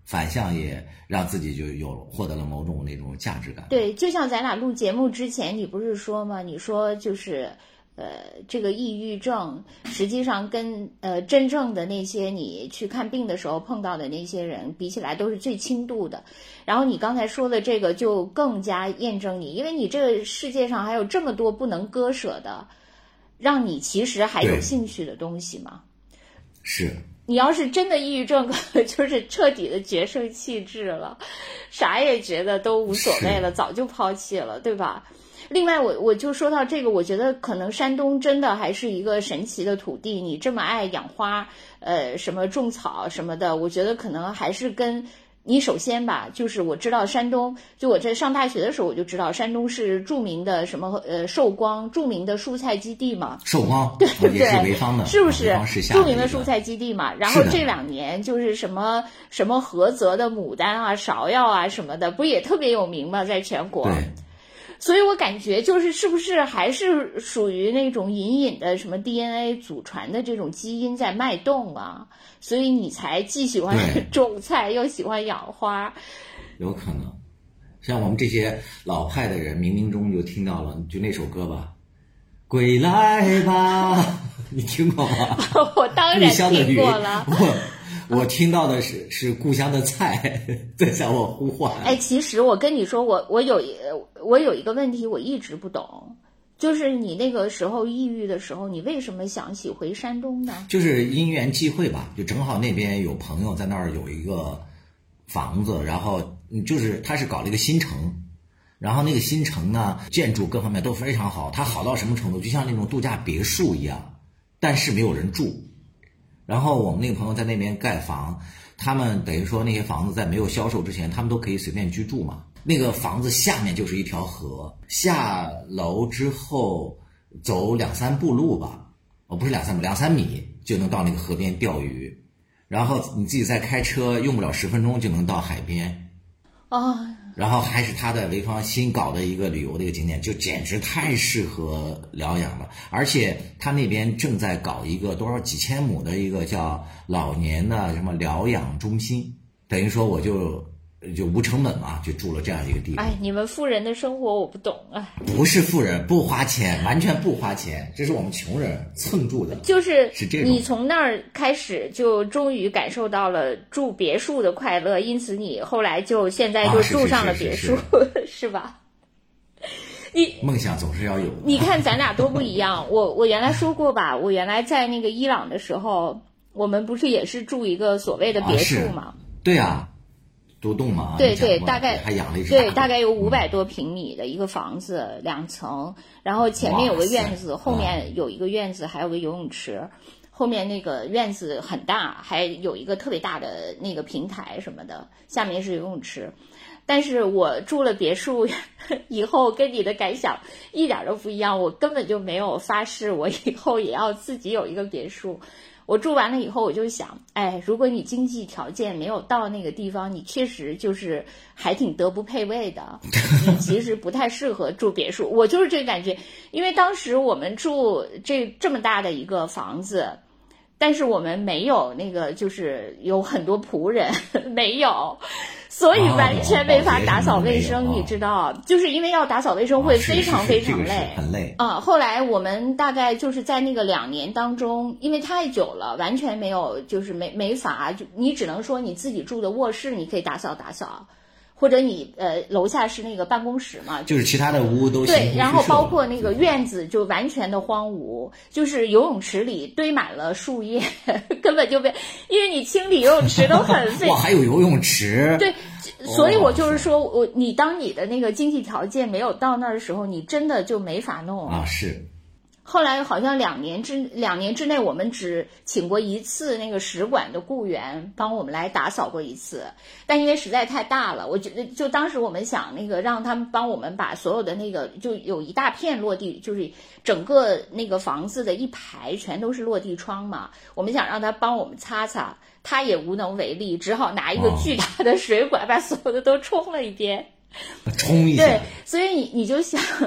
S1: 反向也让自己就获得了某种那种价值感。
S2: 对，就像咱俩录节目之前，你不是说吗？你说就是这个抑郁症实际上跟真正的那些你去看病的时候碰到的那些人比起来都是最轻度的。然后你刚才说的这个就更加验证你，因为你这个世界上还有这么多不能割舍的，让你其实还有兴趣的东西嘛。
S1: 是。
S2: 你要是真的抑郁症，就是彻底的决胜气质了，啥也觉得都无所谓了，早就抛弃了，对吧？另外我就说到这个，我觉得可能山东真的还是一个神奇的土地，你这么爱养花，什么种草什么的，我觉得可能还是跟你首先吧，就是我知道山东，就我在上大学的时候我就知道山东是著名的什么寿光著名的蔬菜基地嘛，
S1: 寿光
S2: 对不对？
S1: 也是潍坊的，
S2: 是不是著名的
S1: 蔬
S2: 菜基地嘛？然后这2年就是什么菏泽的牡丹啊、芍药啊什么的，不也特别有名吗？在全国。
S1: 对。
S2: 所以我感觉是不是还是属于那种隐隐的什么 DNA 祖传的这种基因在脉动啊，所以你才既喜欢种菜又喜欢养花。
S1: 有可能，像我们这些老派的人冥冥中就听到了，就那首歌吧，归来吧，你听过吗？
S2: 我当然听过了。
S1: 我听到的是故乡的菜在向我呼唤。
S2: 哎，其实我跟你说，我有一个问题我一直不懂，就是你那个时候抑郁的时候，你为什么想起回山东呢？
S1: 就是因缘际会吧，就正好那边有朋友在那儿有一个房子，然后就是他是搞了一个新城，然后那个新城呢，建筑各方面都非常好，它好到什么程度，就像那种度假别墅一样，但是没有人住。然后我们那个朋友在那边盖房，他们等于说那些房子在没有销售之前，他们都可以随便居住嘛。那个房子下面就是一条河，下楼之后走2-3步路吧，不是2-3步，2-3米就能到那个河边钓鱼，然后你自己再开车用不了10分钟就能到海边。然后还是他的潍坊新搞的一个旅游的一个景点，就简直太适合疗养了。而且他那边正在搞一个几千亩的一个叫老年的什么疗养中心，等于说我就无成本嘛，就住了这样一个地方。
S2: 哎，你们富人的生活我不懂啊。
S1: 不是富人，不花钱，完全不花钱，这是我们穷人蹭住的。
S2: 是
S1: 这种。
S2: 你从那儿开始就终于感受到了住别墅的快乐，因此你后来就现在就住上了别墅，是吧？
S1: 梦想总是要有的。
S2: 你看咱俩多不一样。我原来说过吧，我原来在那个伊朗的时候，我们不是也是住一个所谓的别墅吗？
S1: 对啊。独栋嘛，
S2: 对，大概
S1: 还养了一只
S2: 对，大概有500多平米的一个房子，2层，然后前面有个院子，后面有一个院子，还有个游泳池，后面那个院子很大，还有一个特别大的那个平台什么的，下面是游泳池。但是我住了别墅以后，跟你的感想一点都不一样，我根本就没有发誓我以后也要自己有一个别墅。我住完了以后，我就想，哎，如果你经济条件没有到那个地方，你确实就是还挺德不配位的，你其实不太适合住别墅。我就是这个感觉，因为当时我们住这么大的一个房子，但是我们没有那个就是有很多仆人，没有。所以完全没法打扫卫生，你知道，就是因为要打扫卫生会非常非常累，
S1: 很累
S2: 啊。后来我们大概就是在那个2年当中，因为太久了，完全没有，就是没法，就你只能说你自己住的卧室你可以打扫打扫，或者你楼下是那个办公室嘛，
S1: 就是其他的屋都
S2: 对，然后包括那个院子就完全的荒芜，就是游泳池里堆满了树叶，根本就因为你清理游泳池都很费。
S1: 哇，还有游泳池？
S2: 对，所以我就是说，当你的那个经济条件没有到那儿的时候，你真的就没法弄
S1: 啊。是。
S2: 后来好像2年之内，我们只请过1次那个使馆的雇员帮我们来打扫过1次，但因为实在太大了，我觉得就当时我们想那个让他们帮我们把所有的那个就有一大片落地，就是整个那个房子的一排全都是落地窗嘛，我们想让他帮我们擦擦，他也无能为力，只好拿一个巨大的水管把所有的都冲了一遍。
S1: 冲一下。
S2: 对，所以你就想，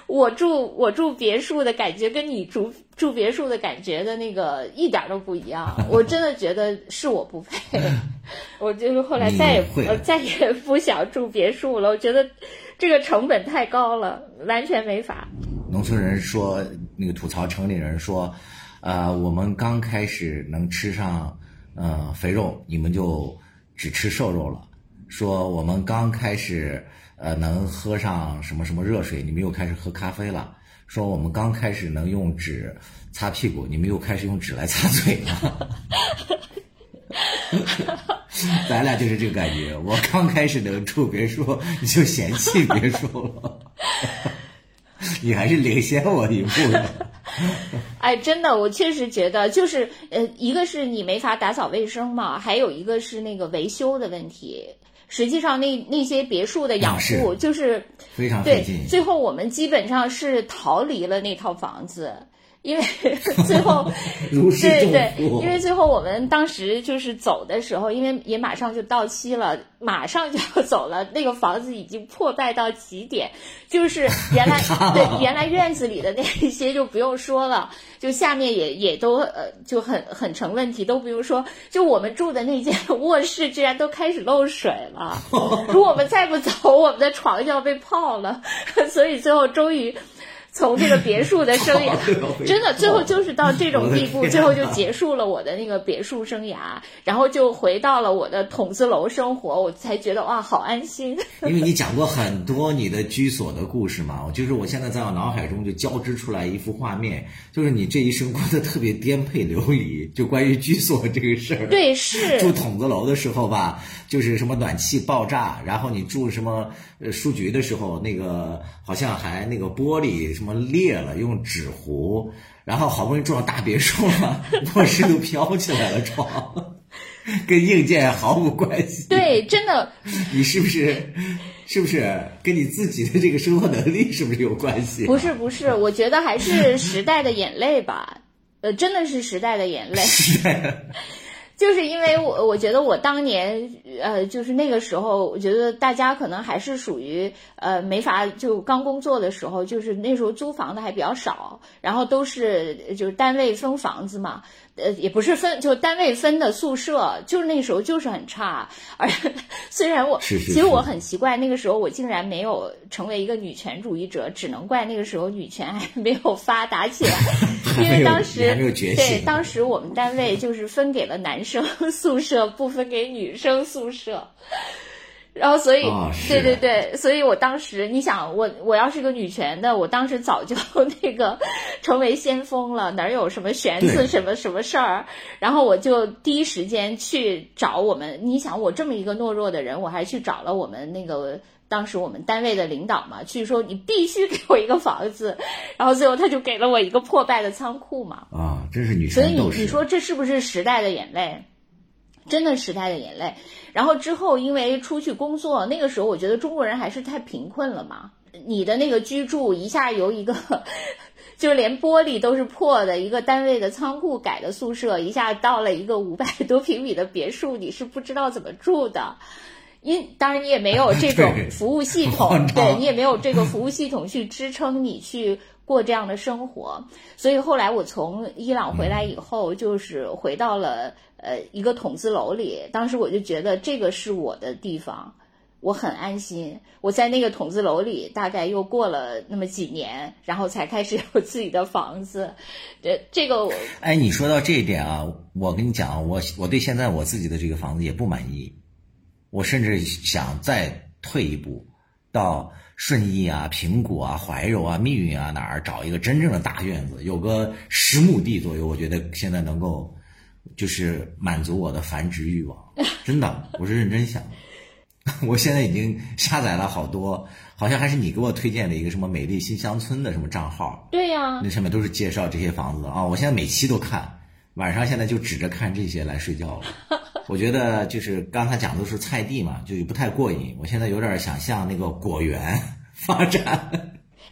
S2: 我住别墅的感觉跟你住别墅的感觉的那个一点都不一样，我真的觉得是我不配，我就是后来再也不想住别墅了，我觉得这个成本太高了，完全没法。
S1: 农村人说，那个吐槽城里人说，我们刚开始能吃上肥肉，你们就只吃瘦肉了。说我们刚开始能喝上什么什么热水，你们又开始喝咖啡了。说我们刚开始能用纸擦屁股，你们又开始用纸来擦嘴了。咱俩就是这个感觉，我刚开始能住别墅，你就嫌弃别墅了。你还是领先我一步的。
S2: 哎，真的，我确实觉得就是一个是你没法打扫卫生嘛，还有一个是那个维修的问题。实际上那些别墅的养护就是
S1: 非常费劲，
S2: 对，最后我们基本上是逃离了那套房子。因为最后对，因为最后我们当时就是走的时候，因为也马上就到期了，马上就要走了，那个房子已经破败到极点，就是原来院子里的那些就不用说了，就下面也都就很成问题，都不用说，就我们住的那间卧室居然都开始漏水了，如果我们再不走，我们的床就要被泡了，所以最后终于从这个别墅的生涯，真的最后就是到这种地步，最后就结束了我的那个别墅生涯，然后就回到了我的筒子楼生活，我才觉得哇，好安心。
S1: 因为你讲过很多你的居所的故事嘛，就是我现在在我脑海中就交织出来一幅画面，就是你这一生过得特别颠沛流离，就关于居所这个事儿。
S2: 对，是
S1: 住筒子楼的时候吧，就是什么暖气爆炸，然后你住什么书局的时候，那个好像还那个玻璃什么裂了，用纸糊，然后好不容易住上大别墅了，卧室都飘起来了床，跟硬件毫无关系。
S2: 对，真的。
S1: 你是不是跟你自己的这个生活能力是不是有关系？
S2: 不是，我觉得还是时代的眼泪吧，真的是时代的眼泪。就是因为我觉得我当年就是那个时候，我觉得大家可能还是属于没法，就刚工作的时候，就是那时候租房的还比较少，然后都是就是单位分房子嘛，也不是分，就单位分的宿舍，就是那时候就是很差。而虽然其实我很奇怪，那个时候我竟然没有成为一个女权主义者，只能怪那个时候女权还没有发达起来，因为当时对，当时我们单位就是分给了男生宿舍，不分给女生宿舍。然后所以对，所以我当时你想我要是个女权的，我当时早就那个成为先锋了，哪有什么悬次什么什么事儿，然后我就第一时间去找我们，你想我这么一个懦弱的人，我还去找了我们那个当时我们单位的领导嘛，去说你必须给我一个房子，然后最后他就给了我一个破败的仓库嘛。
S1: 啊，真是女权斗士。
S2: 所以你说这是不是时代的眼泪？真的时代的眼泪。然后之后因为出去工作，那个时候我觉得中国人还是太贫困了嘛，你的那个居住一下由一个就是连玻璃都是破的一个单位的仓库改的宿舍，一下到了一个500多平米的别墅，你是不知道怎么住的。当然你也没有这种服务系统，对，你也没有这个服务系统去支撑你去过这样的生活。所以后来我从伊朗回来以后，就是回到了一个筒子楼里，当时我就觉得这个是我的地方，我很安心。我在那个筒子楼里大概又过了那么几年，然后才开始有自己的房子。这个
S1: 哎，你说到这一点啊，我跟你讲，我对现在我自己的这个房子也不满意，我甚至想再退一步，到顺义啊、平谷啊、怀柔啊、密云啊哪儿找一个真正的大院子，有个10亩地左右，我觉得现在能够就是满足我的繁殖欲望。真的，我是认真想。我现在已经下载了好多，好像还是你给我推荐的一个什么美丽新乡村的什么账号。
S2: 对呀，
S1: 那上面都是介绍这些房子啊，我现在每期都看，晚上现在就指着看这些来睡觉了。我觉得就是刚才讲的都是菜地嘛，就不太过瘾。我现在有点想向那个果园发展。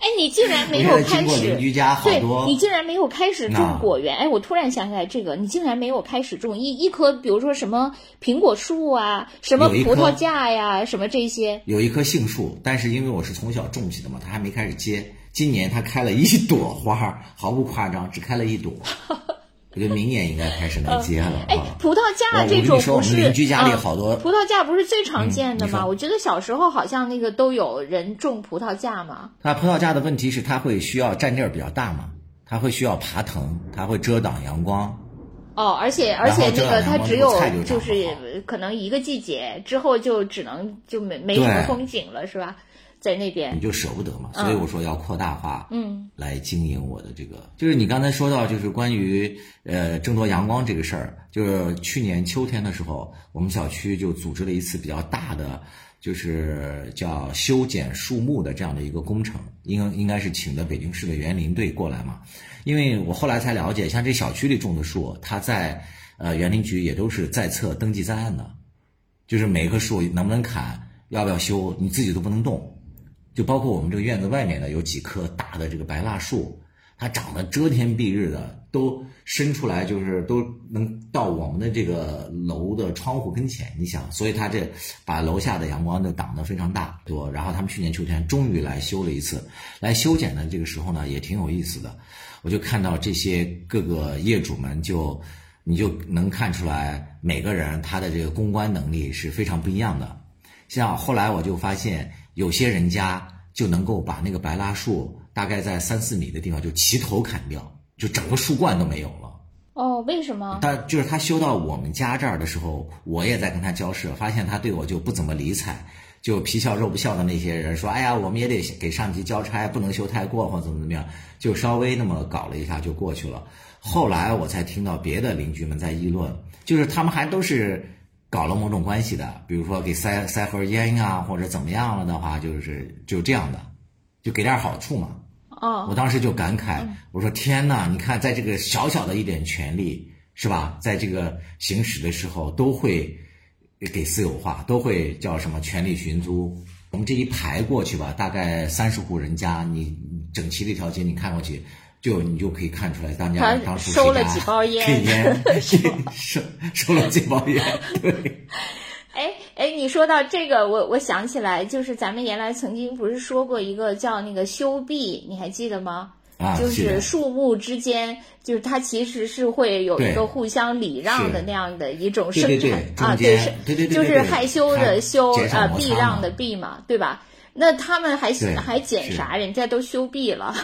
S2: 哎，你竟然没有开始，
S1: 邻居家好多，
S2: 对，你竟然没有开始种果园。哎，我突然想起来这个，你竟然没有开始种一棵，比如说什么苹果树啊，什么葡萄架呀，什么这些。
S1: 有一棵杏树，但是因为我是从小种起的嘛，它还没开始结。今年它开了一朵花，毫不夸张，只开了一朵。我觉得明年应该开始能结了。
S2: 哎，葡萄架这种不是，
S1: 邻居家里好多
S2: 葡萄架不是最常见的吗？我觉得小时候好像那个都有人种葡萄架嘛。
S1: 它葡萄架的问题是它会需要占地儿比较大嘛，它会需要爬藤，它会遮挡阳光。
S2: 哦，而且那个它只有就是可能一个季节之后就只能就没什么风景了，是吧？在那边
S1: 你就舍不得嘛，所以我说要扩大化，来经营我的这个。就是你刚才说到，就是关于争夺阳光这个事儿，就是去年秋天的时候，我们小区就组织了一次比较大的，就是叫修剪树木的这样的一个工程，应该是请的北京市的园林队过来嘛。因为我后来才了解，像这小区里种的树，它在园林局也都是在册登记在案的，就是每棵树能不能砍，要不要修，你自己都不能动。就包括我们这个院子外面的有几棵大的这个白蜡树，它长得遮天蔽日的，都伸出来，就是都能到我们的这个楼的窗户跟前。你想，所以它这把楼下的阳光就挡得非常大多。然后他们去年秋天终于来修了一次，来修剪的这个时候呢，也挺有意思的。我就看到这些各个业主们你就能看出来，每个人他的这个公关能力是非常不一样的。像后来我就发现，有些人家就能够把那个白蜡树大概在3-4米的地方就齐头砍掉，就整个树冠都没有了。
S2: 哦，为什么？
S1: 他修到我们家这儿的时候，我也在跟他交涉，发现他对我就不怎么理睬，就皮笑肉不笑的那些人说，哎呀，我们也得给上级交差，不能修太过或怎么样，就稍微那么搞了一下就过去了。后来我才听到别的邻居们在议论，就是他们还都是搞了某种关系的，比如说给塞盒烟啊，或者怎么样了的话，就这样的，就给点好处嘛。我当时就感慨，我说天哪，你看在这个小小的一点权利，是吧，在这个行使的时候都会给私有化，都会叫什么权利寻租。我们这一排过去吧，大概30户人家，你整齐的一条街你看过去，你就可以看出来当初
S2: 收了几包烟，
S1: 收了几包烟，对。
S2: 哎，你说到这个，我想起来，就是咱们原来曾经不是说过一个叫那个修壁，你还记得吗？就是树木之间，就是它其实是会有一个互相礼让的那样的一种生产啊，
S1: 对，
S2: 就是害羞的羞避让的避嘛，对吧？那他们还捡啥？人家都修壁了。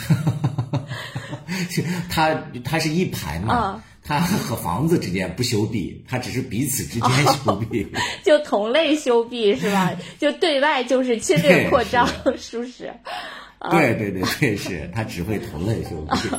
S1: 它是一排嘛。它和房子之间不修壁，它只是彼此之间修壁，
S2: 就同类修壁是吧？就对外就是侵略扩张，是不是？
S1: 对，是它只会同类修壁。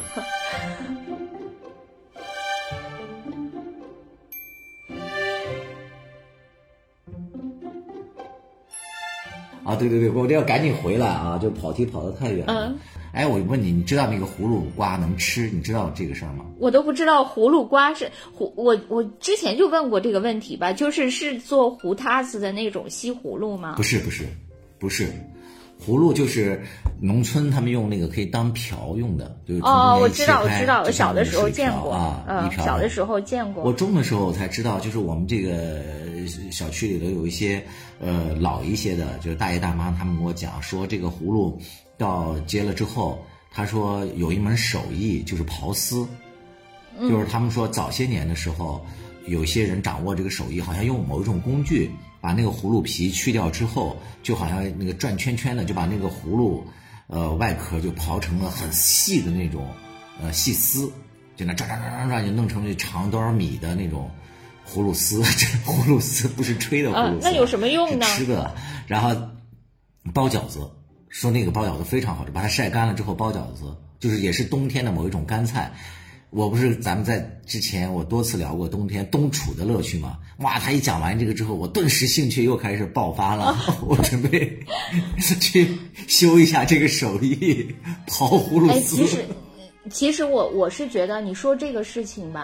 S1: 啊，对，我这要赶紧回来啊，就跑题跑得太远了。哎，我问你，你知道那个葫芦瓜能吃？你知道这个事儿吗？
S2: 我都不知道葫芦瓜是我之前就问过这个问题吧，是做糊塌子的那种西葫芦吗？
S1: 不是，葫芦就是农村他们用那个可以当瓢用的，就是
S2: 我知道，我小的时候见过小的时候见过。
S1: 我种的时候我才知道，就是我们这个小区里头有一些老一些的，就是大爷大妈他们跟我讲说，这个葫芦到结了之后，他说有一门手艺就是刨丝，就是他们说早些年的时候，有些人掌握这个手艺，好像用某一种工具把那个葫芦皮去掉之后，就好像那个转圈圈的，就把那个葫芦外壳就刨成了很细的那种细丝，就那转就弄成那长多少米的那种葫芦丝。这葫芦丝不是吹的葫芦丝，
S2: 那有什么用呢？
S1: 是吃的，然后包饺子。说那个包饺子非常好吃，把它晒干了之后包饺子，就是也是冬天的某一种干菜。我不是咱们在之前我多次聊过冬天冬储的乐趣吗？哇，他一讲完这个之后，我顿时兴趣又开始爆发了，我准备去修一下这个手艺，刨葫芦丝。
S2: 其实我是觉得你说这个事情吧，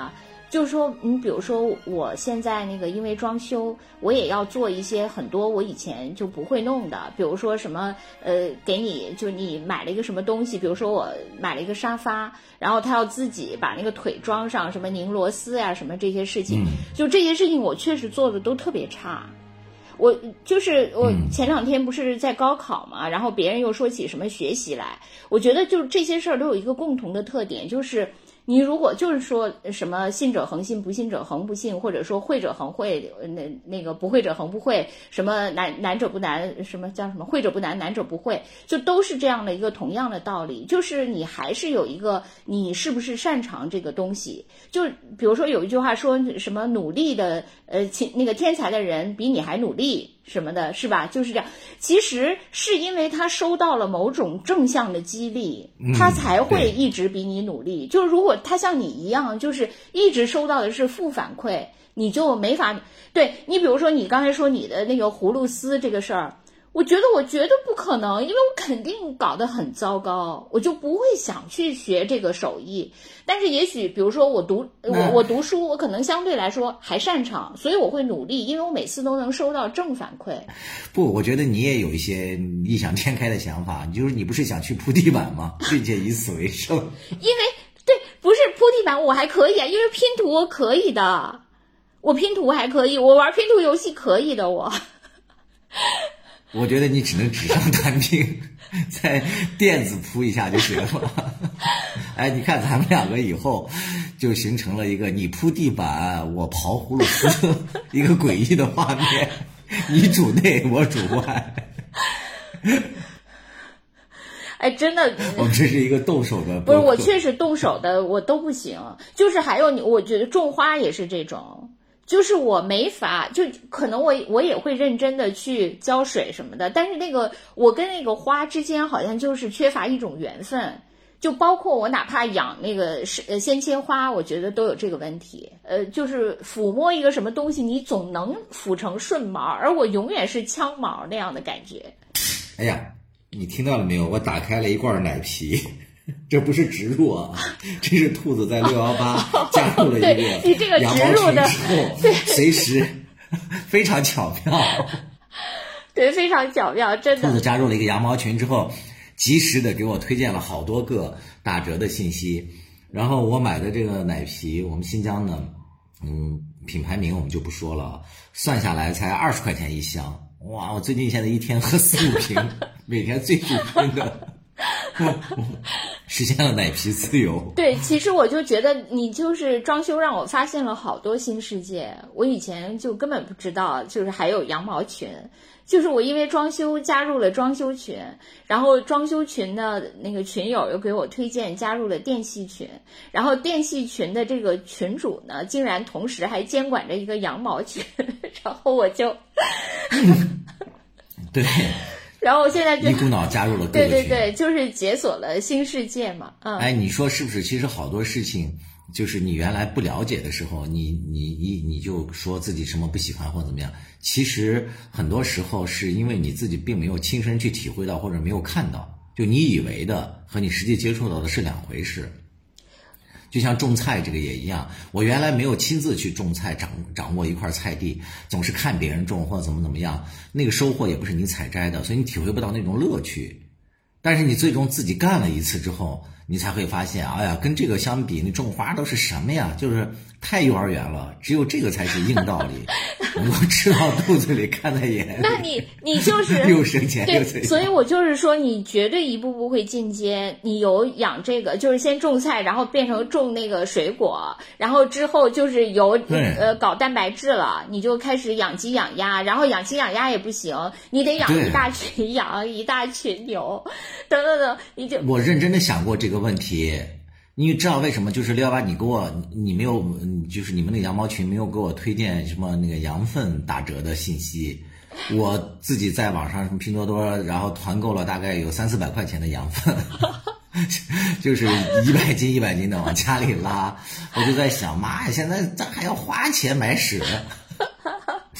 S2: 就是说，你比如说我现在那个因为装修，我也要做一些很多我以前就不会弄的，比如说什么给你就你买了一个什么东西，比如说我买了一个沙发，然后他要自己把那个腿装上，什么拧螺丝呀，什么这些事情，就这些事情我确实做的都特别差。我前2天不是在高考嘛，然后别人又说起什么学习来，我觉得就这些事儿都有一个共同的特点，就是你如果就是说什么信者恒信，不信者恒不信，或者说会者恒会，那个不会者恒不会，什么难者不难，什么叫什么会者不难，难者不会，就都是这样的一个同样的道理，就是你还是有一个你是不是擅长这个东西。就比如说有一句话说什么努力的那个天才的人比你还努力什么的，是吧？就是这样。其实是因为他收到了某种正向的激励，他才会一直比你努力。就是如果他像你一样，就是一直收到的是负反馈，你就没法。对，你比如说你刚才说你的那个葫芦丝这个事儿，我觉得不可能，因为我肯定搞得很糟糕，我就不会想去学这个手艺。但是也许比如说我读书，我可能相对来说还擅长，所以我会努力，因为我每次都能收到正反馈。
S1: 不，我觉得你也有一些异想天开的想法，就是你不是想去铺地板吗？并且以此为生。
S2: 因为对，不是铺地板我还可以啊，因为拼图我可以的，我拼图还可以，我玩拼图游戏可以的我。
S1: 我觉得你只能纸上谈兵，再垫子铺一下就行了。哎，你看咱们2个以后就形成了一个你铺地板我刨葫芦丝一个诡异的画面，你主内我主外。
S2: 哎，真的，
S1: 我们这是一个动手的。
S2: 不是，我确实动手的我都不行，就是还有我觉得种花也是这种。就是我没法，就可能我也会认真的去浇水什么的，但是那个我跟那个花之间好像就是缺乏一种缘分，就包括我哪怕养那个鲜切花，我觉得都有这个问题。就是抚摸一个什么东西，你总能抚成顺毛，而我永远是枪毛那样的感觉。
S1: 哎呀，你听到了没有？我打开了一罐奶皮。这不是植入啊，这是兔子在618加入了一个羊毛群之后，随时非常巧妙。
S2: 对，非常巧妙，真的。
S1: 兔子加入了一个羊毛群之后，及时的给我推荐了好多个打折的信息。然后我买的这个奶皮，我们新疆的，品牌名我们就不说了，算下来才20块钱一箱。哇，我最近现在一天喝4-5瓶，每天最主拼的。实现了奶皮自由。
S2: 对，其实我就觉得你就是装修让我发现了好多新世界，我以前就根本不知道，就是还有羊毛群。就是我因为装修加入了装修群，然后装修群的那个群友又给我推荐加入了电器群，然后电器群的这个群主呢，竟然同时还监管着一个羊毛群，然后我就
S1: 对。
S2: 然后我现在就
S1: 一股脑加入了各个群，
S2: 对，就是解锁了新世界嘛。
S1: 哎，你说是不是？其实好多事情，就是你原来不了解的时候，你就说自己什么不喜欢或怎么样，其实很多时候是因为你自己并没有亲身去体会到，或者没有看到，就你以为的和你实际接触到的是2回事。就像种菜这个也一样，我原来没有亲自去种菜，掌握一块菜地，总是看别人种或者怎么样，那个收获也不是你采摘的，所以你体会不到那种乐趣。但是你最终自己干了一次之后，你才会发现，哎呀，跟这个相比，那种花都是什么呀？就是太幼儿园了，只有这个才是硬道理，能够吃到肚子里，看在眼里。
S2: 那你就是
S1: 又省钱又怎样？
S2: 所以我就是说，你绝对一步步会进阶。你有养这个，就是先种菜，然后变成种那个水果，然后之后就是有搞蛋白质了，你就开始养鸡养鸭，然后养鸡养鸭也不行，你得养一大群羊，一大群牛，等，你就
S1: 我认真的想过这个问题。你知道为什么？就是618你没有，就是你们那个羊毛群没有给我推荐什么那个羊粪打折的信息。我自己在网上什么拼多多，然后团购了大概有300-400块钱的羊粪，就是100斤的往家里拉。我就在想，妈呀，现在咱还要花钱买屎。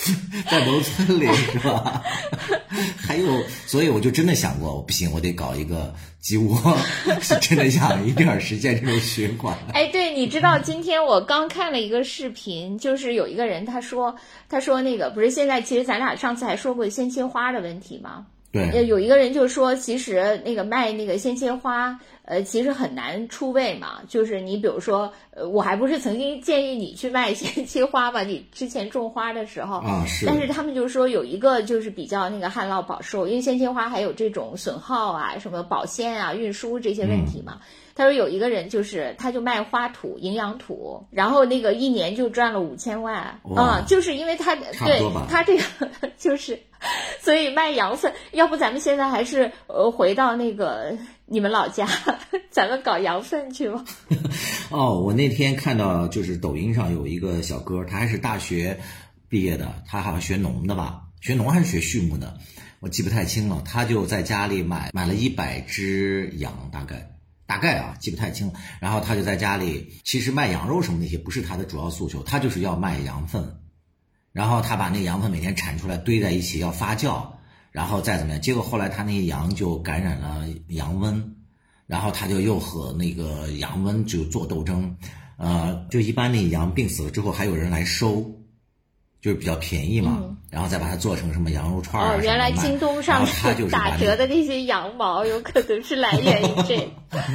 S1: 在农村里是吧？还有，所以我就真的想过，不行，我得搞一个鸡窝，是真的想一定实现这种循环。
S2: 哎，对，你知道今天我刚看了一个视频，就是有一个人他说那个不是现在，其实咱俩上次还说过鲜切花的问题吗？
S1: 对，
S2: 有一个人就说，其实那个卖那个鲜切花，其实很难出位嘛。就是你比如说，我还不是曾经建议你去卖鲜切花嘛？你之前种花的时候
S1: 啊是。
S2: 但是他们就说有一个就是比较那个旱涝保收，因为鲜切花还有这种损耗啊、什么保鲜啊、运输这些问题嘛。他说有一个人就是他就卖花土、营养土，然后那个一年就赚了5000万就是因为他对他这个就是，所以卖羊粪，要不咱们现在还是回到那个你们老家，咱们搞羊粪去吧。
S1: 哦，我那天看到就是抖音上有一个小哥，他还是大学毕业的，他好像学农的吧，学农还是学畜牧的，我记不太清了。他就在家里买了100只羊，大概啊，记不太清了。然后他就在家里，其实卖羊肉什么那些不是他的主要诉求，他就是要卖羊粪。然后他把那个羊粪每天产出来堆在一起要发酵，然后再怎么样。结果后来他那些羊就感染了羊瘟，然后他就又和那个羊瘟就做斗争。就一般那羊病死了之后还有人来收，就是比较便宜嘛，然后再把它做成什么羊肉串啊。
S2: 原来京东上打折的那些羊毛有可能是来源于这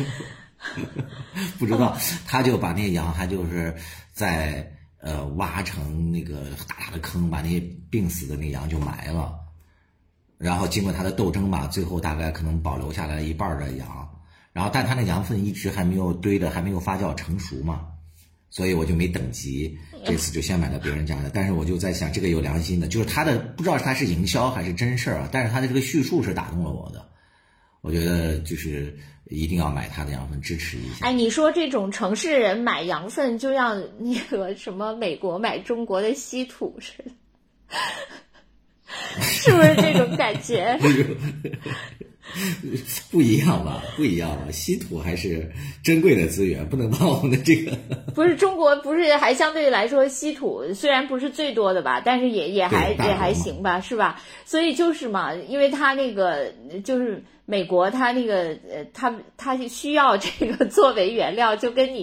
S1: 不知道，他就把那个羊还就是在挖成那个大的坑，把那些病死的那羊就埋了，然后经过他的斗争吧，最后大概可能保留下来一半的羊，然后但他那羊粪一直还没有堆的，还没有发酵成熟嘛，所以我就没等急，这次就先买了别人家的。但是我就在想，这个有良心的，就是他的不知道他是营销还是真事儿啊，但是他的这个叙述是打动了我的，我觉得就是一定要买他的羊粪支持一下。
S2: 哎，你说这种城市人买羊粪就像那个什么美国买中国的稀土似的，是不是这种感觉？
S1: 不一样吧，稀土还是珍贵的资源，不能把我们的这个
S2: 不是中国不是还相对来说稀土虽然不是最多的吧，但是也还行吧，是吧？所以就是嘛，因为它那个就是美国它那个它需要这个作为原料，就跟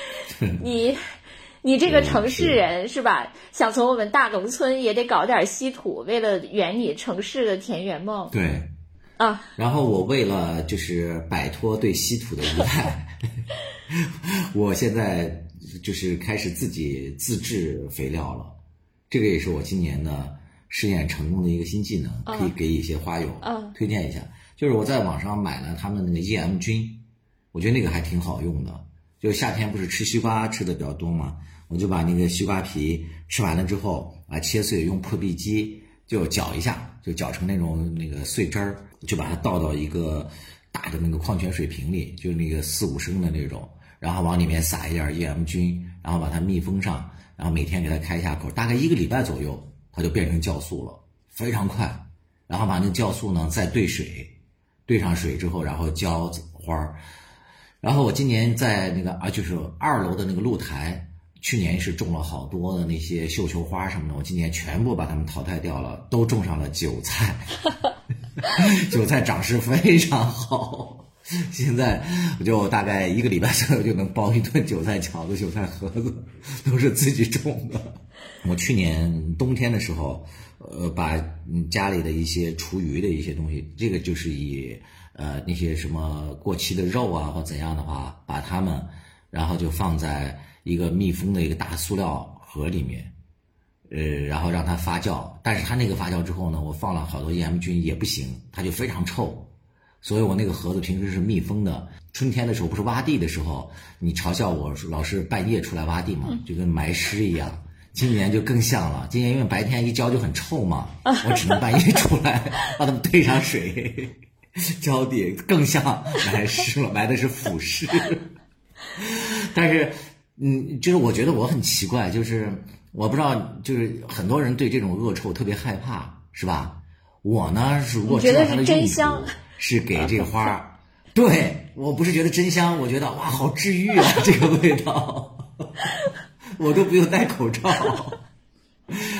S2: 你这个城市人是吧？想从我们大农村也得搞点稀土，为了圆你城市的田园梦。
S1: 对。然后我为了就是摆脱对稀土的依赖，我现在就是开始自己自制肥料了。这个也是我今年的试验成功的一个新技能，可以给一些花友推荐一下。就是我在网上买了他们那个 EM 菌，我觉得那个还挺好用的。就夏天不是吃西瓜吃的比较多嘛，我就把那个西瓜皮吃完了之后切碎，用破壁机就搅一下，就搅成那个碎汁儿，就把它倒到一个大的那个矿泉水瓶里，就是那个4-5升的那种，然后往里面撒一点 EM 菌，然后把它密封上，然后每天给它开一下口，大概1个礼拜左右，它就变成酵素了，非常快。然后把那个酵素呢再兑水，兑上水之后，然后浇花。然后我今年在那个就是2楼的那个露台，去年是种了好多的那些绣球花什么的，我今年全部把它们淘汰掉了，都种上了韭菜。韭菜长势非常好，现在我就大概1个礼拜左右就能包一顿韭菜饺子、韭菜盒子，都是自己种的。我去年冬天的时候，把家里的一些厨余的一些东西，这个就是以那些什么过期的肉啊或怎样的话，把它们然后就放在一个密封的一个大塑料盒里面，然后让它发酵。但是它那个发酵之后呢，我放了好多 EM 菌也不行，它就非常臭。所以我那个盒子平时是密封的。春天的时候不是挖地的时候，你嘲笑我老是半夜出来挖地嘛，就跟埋尸一样。今年就更像了，今年因为白天一浇就很臭嘛，我只能半夜出来把它们兑上水浇地，更像埋尸了，埋的是腐尸。但是就是我觉得我很奇怪，就是我不知道，就是很多人对这种恶臭特别害怕，是吧？我呢，如果知道它的用途是给这个花，对，我不是觉得真香，我觉得哇，好治愈啊，这个味道，我都不用戴口罩。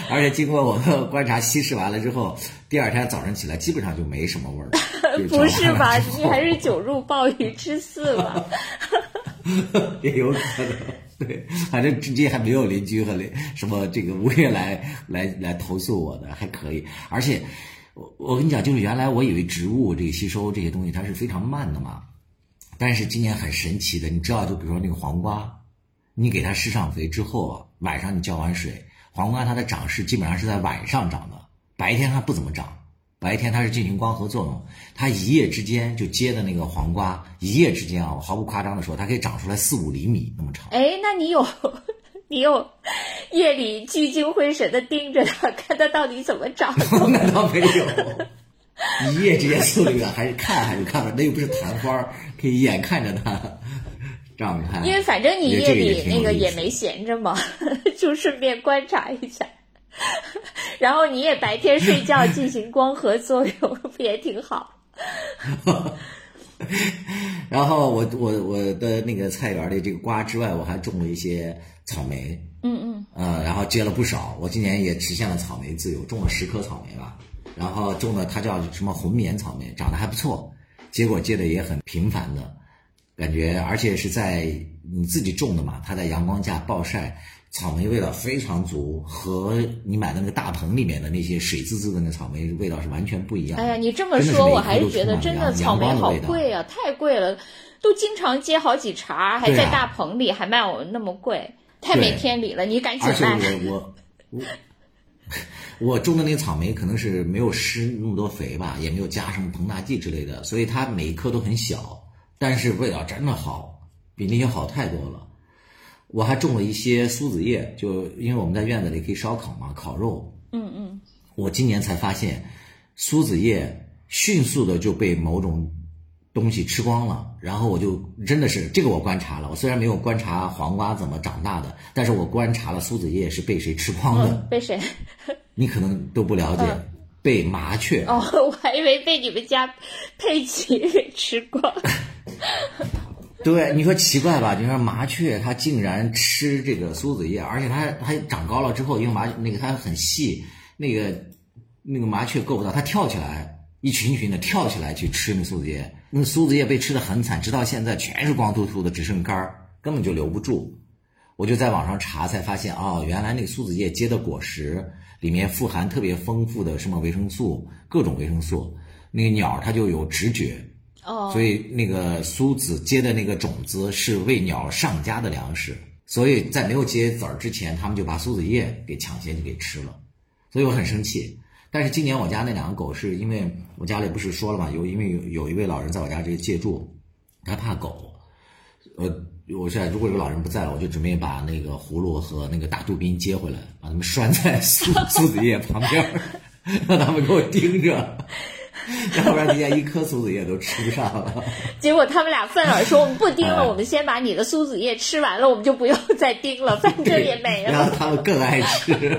S1: 而且经过我的观察，稀释完了之后，第二天早上起来基本上就没什么味儿了。
S2: 不是吧？你还是酒入鲍鱼之肆吧？
S1: 也有可能。对，反正至今还没有邻居和什么这个物业来投诉我的，还可以。而且我跟你讲，就是原来我以为植物这个吸收这些东西它是非常慢的嘛，但是今年很神奇的，你知道，就比如说那个黄瓜，你给它施上肥之后啊，晚上你浇完水，黄瓜它的长势基本上是在晚上长的，白天它不怎么长。白天它是进行光合作用，它一夜之间就结的那个黄瓜，一夜之间啊，我毫不夸张的说，它可以长出来4-5厘米那么长。
S2: 哎，那你有夜里聚精会神的盯着它，看它到底怎么长？
S1: 那倒没有，一夜之间4-5厘米，还是看，那又不是昙花，可以眼看着它长开。
S2: 因为反正你夜里那个也没闲着嘛，就顺便观察一下。然后你也白天睡觉进行光合作用，不也挺好？
S1: 然后我的那个菜园里这个瓜之外，我还种了一些草莓，然后结了不少。我今年也实现了草莓自由，种了10颗草莓吧，然后种的它叫什么红棉草莓，长得还不错，结果结的也很频繁的感觉，而且是在你自己种的嘛，它在阳光下暴晒。草莓味道非常足，和你买的那个大棚里面的那些水滋滋的那草莓味道是完全不一样的。
S2: 哎呀，你这么说，我还是觉得真的草莓好贵啊，太贵了，都经常结好几茬，还在大棚里，还卖我们那么贵，太没天理了！你赶紧卖。
S1: 而且我种的那个草莓可能是没有施那么多肥吧，也没有加什么膨大剂之类的，所以它每一颗都很小，但是味道真的好，比那些好太多了。我还种了一些苏子叶，就因为我们在院子里可以烧烤嘛，烤肉。我今年才发现，苏子叶迅速的就被某种东西吃光了。然后我就真的是这个我观察了，我虽然没有观察黄瓜怎么长大的，但是我观察了苏子叶是被谁吃光的。
S2: 被谁？
S1: 你可能都不了解。被麻雀。
S2: 哦，我还以为被你们家佩奇给吃光。
S1: 对，你说奇怪吧？你说麻雀它竟然吃这个苏子叶，而且它长高了之后，因为它很细，那个麻雀够不到，它跳起来，一群群的跳起来去吃那苏子叶，那苏子叶被吃得很惨，直到现在全是光秃秃的，只剩干儿，根本就留不住。我就在网上查才发现，哦，原来那个苏子叶结的果实里面富含特别丰富的什么维生素，各种维生素，那个鸟它就有直觉。所以那个苏子结的那个种子是为鸟上佳的粮食，所以在没有结籽儿之前，他们就把苏子叶给抢先就给吃了，所以我很生气。但是今年我家那2个狗是因为我家里不是说了嘛，因为有一位老人在我家这里借住，他怕狗，我现在如果有老人不在了，我就准备把那个葫芦和那个大杜宾接回来，把它们拴在苏子叶旁边，让他们给我盯着。要不然人家一颗苏子叶都吃不上了。
S2: 结果他们俩愤而说：“我们不盯了，我们先把你的苏子叶吃完了，我们就不用再盯了，反正也没了。”
S1: 然后他们更爱吃。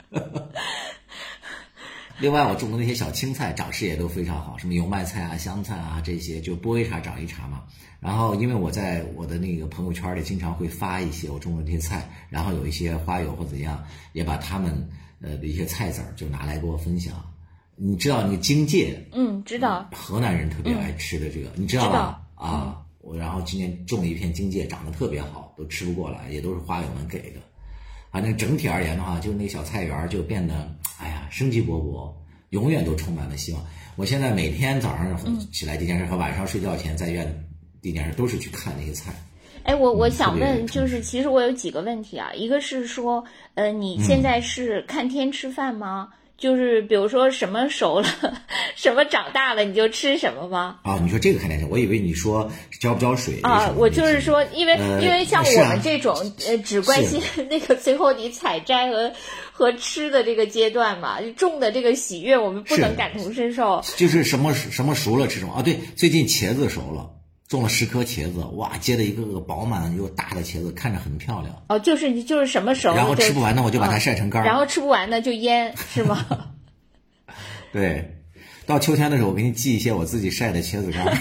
S1: 另外，我种的那些小青菜长势也都非常好，什么油麦菜啊、香菜啊这些，就播一茬长一茬嘛。然后，因为我在我的那个朋友圈里经常会发一些我种的这些菜，然后有一些花友或怎样，也把他们的一些菜籽儿就拿来给我分享。你知道那个荆芥？
S2: 知道。
S1: 河南人特别爱吃的这个，你知道吧？我然后今年种了一片荆芥，长得特别好，都吃不过来，也都是花友们给的。反正整体而言的话，就是那小菜园就变得，哎呀，生机勃勃，永远都充满了希望。我现在每天早上起来第一件事和晚上睡觉前在院第一件事都是去看那些菜。
S2: 哎，我想问，就是其实我有几个问题啊，一个是说，你现在是看天吃饭吗？就是比如说什么熟了，什么长大了，你就吃什么吗？
S1: 你说这个看天吃，我以为你说浇不浇水
S2: 我就是说，因为像我们这种只关心那个最后你采摘和吃的这个阶段嘛，种的这个喜悦，我们不能感同身受。
S1: 就是什么熟了吃什么对，最近茄子熟了。种了10颗茄子，哇，结了一个个饱满又大的茄子，看着很漂亮。
S2: 就是什么时候？
S1: 然后吃不完呢，我就把它晒成干
S2: 然后吃不完呢就腌，是吗？
S1: 对，到秋天的时候，我给你寄一些我自己晒的茄子干。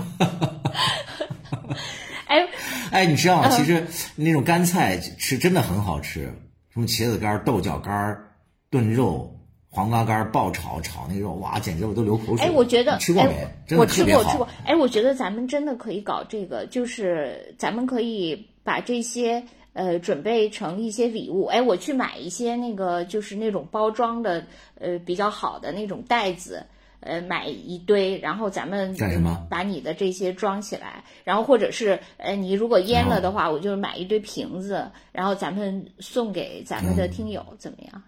S1: 哎，你知道吗？其实那种干菜吃真的很好吃，什么茄子干、豆角干， 炖肉、黄瓜干爆炒那肉，哇，简直我都流口水。
S2: 我觉得
S1: 你吃过没？真的
S2: 我吃过，
S1: 特别好。
S2: 我觉得咱们真的可以搞这个，就是咱们可以把这些准备成一些礼物。我去买一些那个就是那种包装的比较好的那种袋子。买一堆，然后咱们
S1: 干什么？
S2: 把你的这些装起来，然后或者是你如果腌了的话，我就买一堆瓶子，然后咱们送给咱们的听友，怎么样？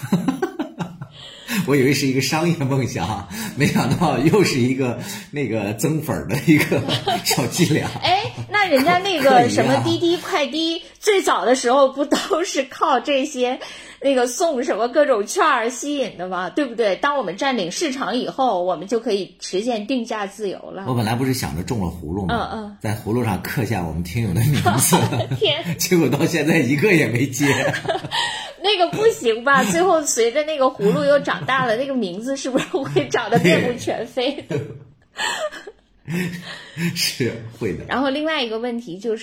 S1: 我以为是一个商业梦想，没想到又是一个那个增粉的一个小伎俩。
S2: 那人家那个什么滴滴快滴，最早的时候不都是靠这些那个送什么各种券儿吸引的吗？对不对？当我们占领市场以后，我们就可以实现定价自由了。
S1: 我本来不是想着种了葫芦吗？在葫芦上刻下我们听友的名字，
S2: 天，
S1: 结果到现在一个也没接。
S2: 那个不行吧？最后随着那个葫芦又长大了，那个名字是不是会长得面目全非的？
S1: 是会的。
S2: 然后另外一个问题就是，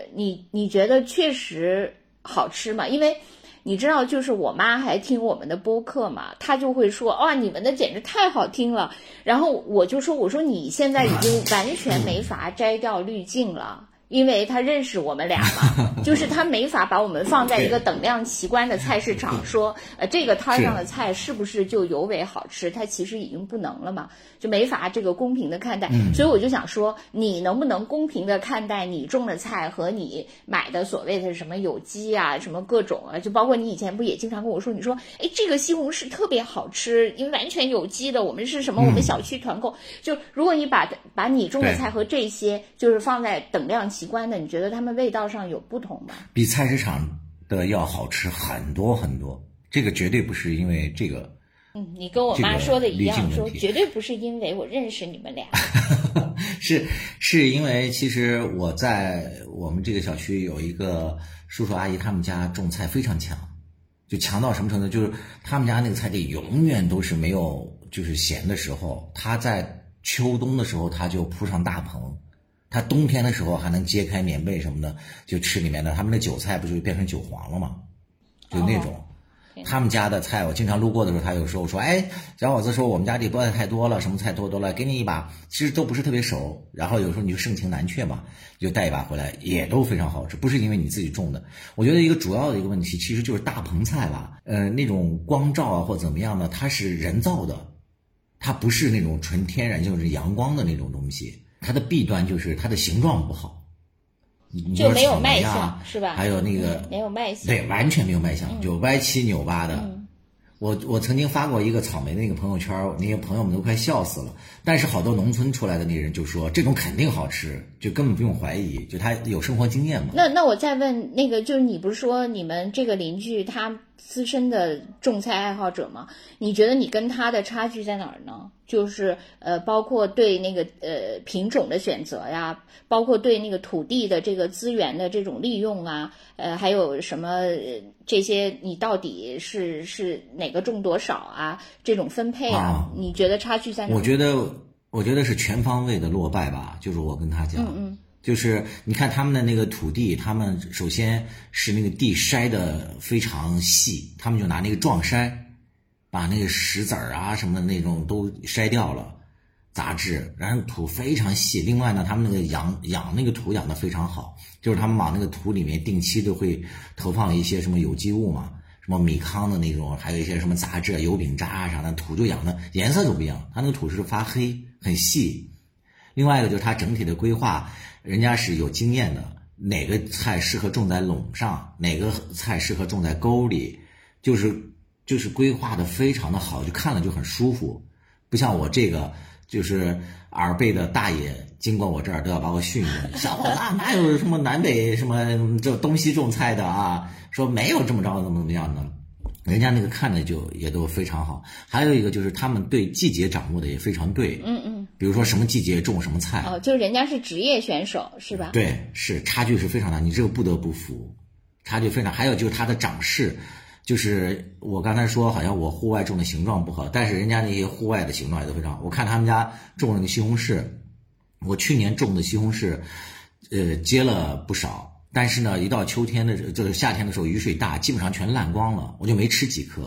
S2: 你觉得确实好吃吗？因为你知道，就是我妈还听我们的播客嘛，她就会说，哇，你们的简直太好听了。然后我说你现在已经完全没法摘掉滤镜了。因为他认识我们俩嘛，就是他没法把我们放在一个等量齐观的菜市场说，这个摊上的菜是不是就尤为好吃？他其实已经不能了嘛，就没法这个公平的看待。所以我就想说，你能不能公平的看待你种的菜和你买的所谓的什么有机啊，什么各种啊，就包括你以前不也经常跟我说，你说，这个西红柿特别好吃，因为完全有机的，我们是什么？我们小区团购。就如果你把你种的菜和这些就是放在等量齐观的，你觉得它们味道上有不同吗？
S1: 比菜市场的要好吃很多很多，这个绝对不是因为这个。
S2: 你跟我妈说的一样，说绝对不是因为我认识你们俩。
S1: 是因为其实我在我们这个小区有一个叔叔阿姨，他们家种菜非常强，就强到什么程度？就是他们家那个菜地永远都是没有就是闲的时候，他在秋冬的时候他就铺上大棚。他冬天的时候还能揭开棉被什么的，就吃里面的。他们的韭菜不就变成韭黄了吗？就那种。他们家的菜，我经常路过的时候，他有时候说：“小伙子说我们家这菠菜太多了，什么菜多了，给你一把。”其实都不是特别熟。然后有时候你就盛情难却嘛，就带一把回来，也都非常好吃。不是因为你自己种的。我觉得一个主要的一个问题，其实就是大棚菜吧，那种光照啊或怎么样的，它是人造的，它不是那种纯天然就是阳光的那种东西。它的弊端就是它的形状不好，
S2: 就没有卖相，是吧？
S1: 还有那个
S2: 没有卖相，
S1: 对，完全没有卖相，就歪七扭八的。我曾经发过一个草莓的那个朋友圈，那些朋友们都快笑死了。但是好多农村出来的那人就说这种肯定好吃，就根本不用怀疑，就他有生活经验嘛。
S2: 那我再问那个，就是你不是说你们这个邻居他资深的种菜爱好者吗？你觉得你跟他的差距在哪儿呢？就是包括对那个品种的选择呀，包括对那个土地的这个资源的这种利用啊，还有什么这些你到底是哪个种多少啊？这种分配啊，你觉得差距在哪？
S1: 我觉得是全方位的落败吧。就是我跟他讲，就是你看他们的那个土地，他们首先是那个地筛的非常细，他们就拿那个撞筛，把那个石子儿啊什么的那种都筛掉了，杂质，然后土非常细。另外呢，他们那个养那个土养得非常好，就是他们往那个土里面定期都会投放一些什么有机物嘛，什么米糠的那种，还有一些什么杂质、油饼渣啊啥的，土就养的颜色都不一样，它那个土是发黑，很细。另外一个就是它整体的规划，人家是有经验的，哪个菜适合种在垄上，哪个菜适合种在沟里，就是规划的非常的好，就看了就很舒服。不像我这个就是耳背的大爷经过我这儿都要把我训一顿，小伙子哪有什么南北什么这东西种菜的啊，说没有这么着怎么样的，人家那个看的就也都非常好。还有一个就是他们对季节掌握的也非常对，比如说什么季节种什么菜，
S2: 就是人家是职业选手是吧？
S1: 对，是差距是非常大，你这个不得不服，差距非常。还有就是它的长势，就是我刚才说好像我户外种的形状不好，但是人家那些户外的形状也都非常好。我看他们家种了个西红柿，我去年种的西红柿结了不少，但是呢一到秋天的就是夏天的时候雨水大，基本上全烂光了，我就没吃几颗。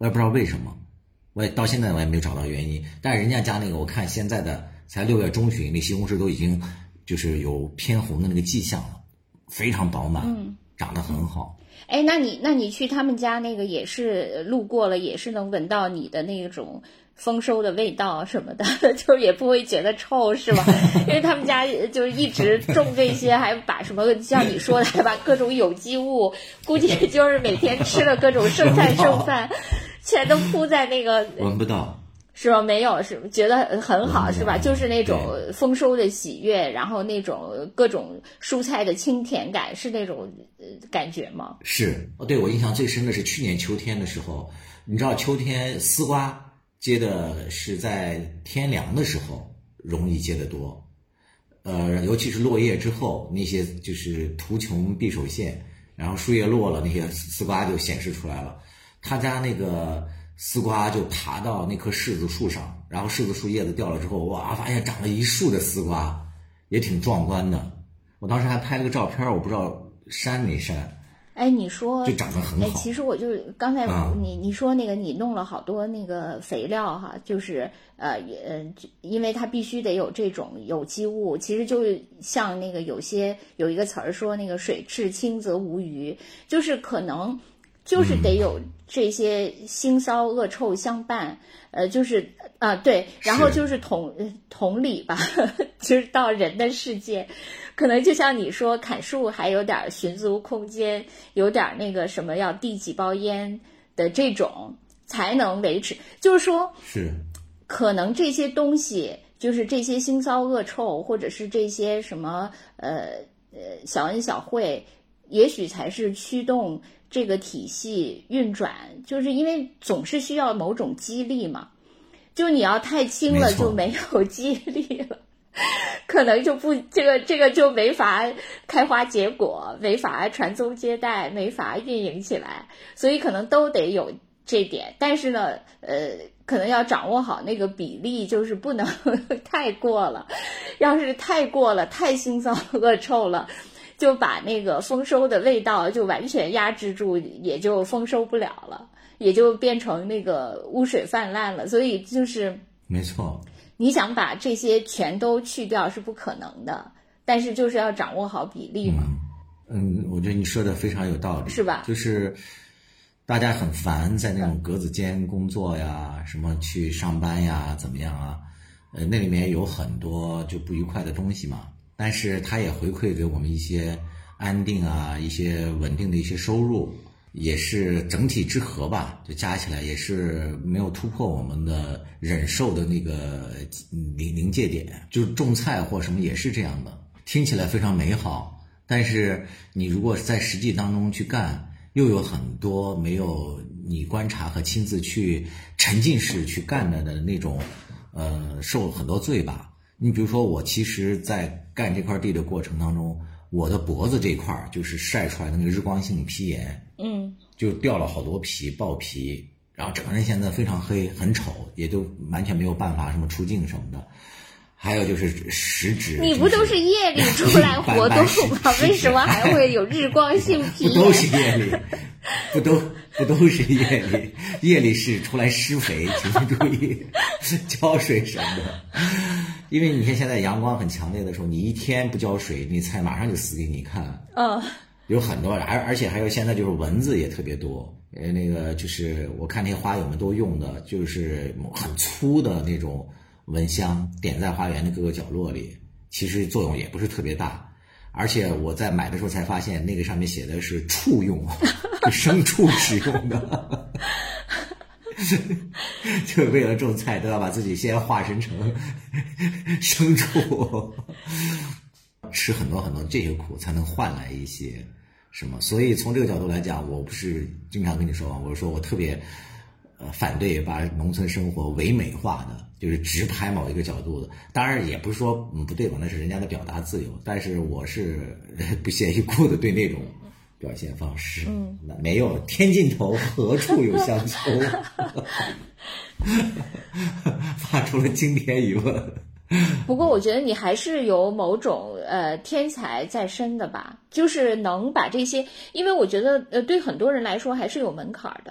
S1: 我也不知道为什么，我也到现在我也没有找到原因。但是人家家那个我看现在的才6月中旬，那西红柿都已经就是有偏红的那个迹象了，非常饱满，长得很好。
S2: 哎，那你去他们家那个也是路过了，也是能闻到你的那种丰收的味道什么的，就是也不会觉得臭是吧？因为他们家就是一直种这些，还把什么像你说的，还把各种有机物，估计就是每天吃了各种剩菜剩饭，全都铺在那个。
S1: 闻不到。
S2: 是吧？没有，是觉得很好，是吧？就是那种丰收的喜悦，然后那种各种蔬菜的清甜感，是那种感觉吗？
S1: 是，对，我印象最深的是去年秋天的时候，你知道秋天丝瓜结的是在天凉的时候容易结得多，尤其是落叶之后，那些就是图穷匕首现，然后树叶落了，那些丝瓜就显示出来了。他家那个丝瓜就爬到那棵柿子树上，然后柿子树叶子掉了之后，哇，发现长了一树的丝瓜，也挺壮观的。我当时还拍了个照片，我不知道删没删。
S2: 哎，你说
S1: 就长得很好。
S2: 其实我就是刚才你说那个你弄了好多那个肥料哈，就是因为它必须得有这种有机物，其实就像那个有一个词儿说那个水至清则无鱼，就是可能就是得有这些腥骚恶臭相伴，就是对，然后就是同理吧，就是到人的世界，可能就像你说砍树还有点寻租空间，有点那个什么要递几包烟的这种才能维持，就是说
S1: 是
S2: 可能这些东西就是这些腥骚恶臭，或者是这些什么小恩小惠，也许才是驱动这个体系运转，就是因为总是需要某种激励嘛，就你要太轻了就没有激励了，可能就不这个就没法开花结果，没法传宗接代，没法运营起来，所以可能都得有这点，但是呢可能要掌握好那个比例，就是不能太过了，要是太过了，太腥骚恶臭了，就把那个丰收的味道就完全压制住，也就丰收不了了，也就变成那个污水泛滥了。所以就是
S1: 没错，
S2: 你想把这些全都去掉是不可能的，但是就是要掌握好比例嘛。
S1: 我觉得你说的非常有道理，
S2: 是吧？
S1: 就是大家很烦在那种格子间工作呀，什么去上班呀，怎么样啊？那里面有很多就不愉快的东西嘛。但是它也回馈给我们一些安定啊，一些稳定的一些收入，也是整体之和吧，就加起来也是没有突破我们的忍受的那个临界点。就是种菜或什么也是这样的，听起来非常美好，但是你如果在实际当中去干，又有很多没有你观察和亲自去沉浸式去干的那种受很多罪吧。你比如说我其实在干这块地的过程当中，我的脖子这块就是晒出来的那个日光性皮炎，就掉了好多皮，爆皮，然后整个人现在非常黑，很丑，也就完全没有办法什么出镜什么的。还有就是食指，
S2: 你不都是夜里出来活动吗？为什么还会有日光性皮炎？
S1: 不都是夜里，不都是夜里，夜里是出来施肥，请注意浇水什么的。因为你看现在阳光很强烈的时候，你一天不浇水，那菜马上就死给你看。有很多，而且还有现在就是蚊子也特别多。那个就是我看那些花友们都用的，就是很粗的那种蚊香，点在花园的各个角落里，其实作用也不是特别大。而且我在买的时候才发现，那个上面写的是畜用，牲畜使用的。就为了种菜都要把自己先化身成牲畜，吃很多很多这些苦才能换来一些什么。所以从这个角度来讲，我不是经常跟你说吗？我说我特别反对把农村生活唯美化的，就是直拍某一个角度的。当然也不是说不对吧，那是人家的表达自由，但是我是不屑一顾的对那种表现方式。没有天尽头何处有香丘。发出了经典疑问。
S2: 不过我觉得你还是有某种天才在身的吧，就是能把这些，因为我觉得对很多人来说还是有门槛的，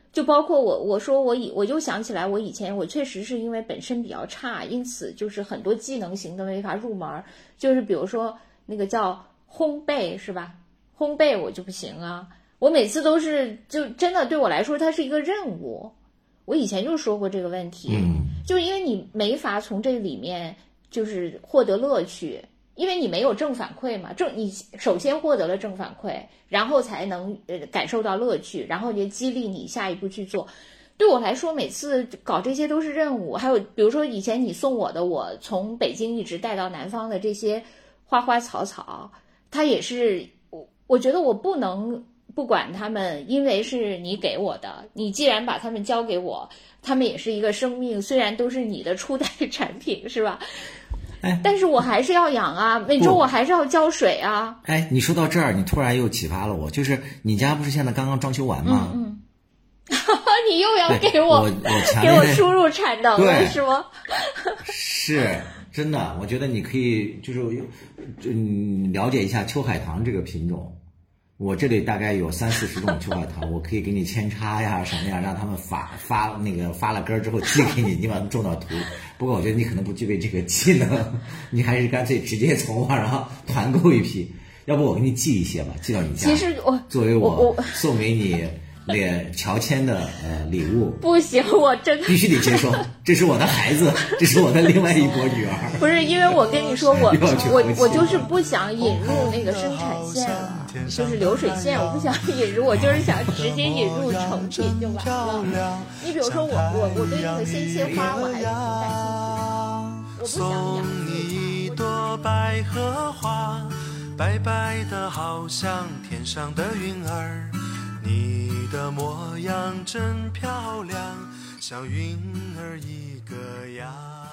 S2: 就包括我说我就想起来，我以前我确实是因为本身比较差，因此就是很多技能型的没法入门，就是比如说那个叫烘焙是吧？烘焙我就不行啊，我每次都是就真的对我来说它是一个任务。我以前就说过这个问题，就是因为你没法从这里面就是获得乐趣。因为你没有正反馈嘛，你首先获得了正反馈，然后才能感受到乐趣，然后也激励你下一步去做。对我来说，每次搞这些都是任务。还有比如说以前你送我的，我从北京一直带到南方的这些花花草草，它也是我觉得我不能不管它们，因为是你给我的，你既然把它们交给我，它们也是一个生命，虽然都是你的初代产品，是吧？但是我还是要养啊，每周我还是要浇水啊。
S1: 你说到这儿，你突然又启发了我，就是你家不是现在刚刚装修完吗？
S2: 你又要给我输入产能了是吗？
S1: 是真的，我觉得你可以就是了解一下秋海棠这个品种。我这里大概有30-40种秋海棠，我可以给你扦插呀什么呀，让他们发了根之后寄给你，你把它们种到土。不过我觉得你可能不具备这个技能，你还是干脆直接从网上团购一批，要不我给你寄一些吧，寄到你家。
S2: 其实
S1: 作为我送给你乔迁的礼物。
S2: 不行，我真的
S1: 必须得接受，这是我的孩子，这是我的另外一拨女儿。
S2: 不是因为我跟你说，我就是不想引入那个生产线了，就是流水线，我不想引入，我就是想直接引入成品就完了。你比如说我对那个鲜切花我还挺感兴趣，我不想养。
S3: 送你一朵百合花，白白的好像天上的云儿，你的模样真漂亮，像云儿一个样。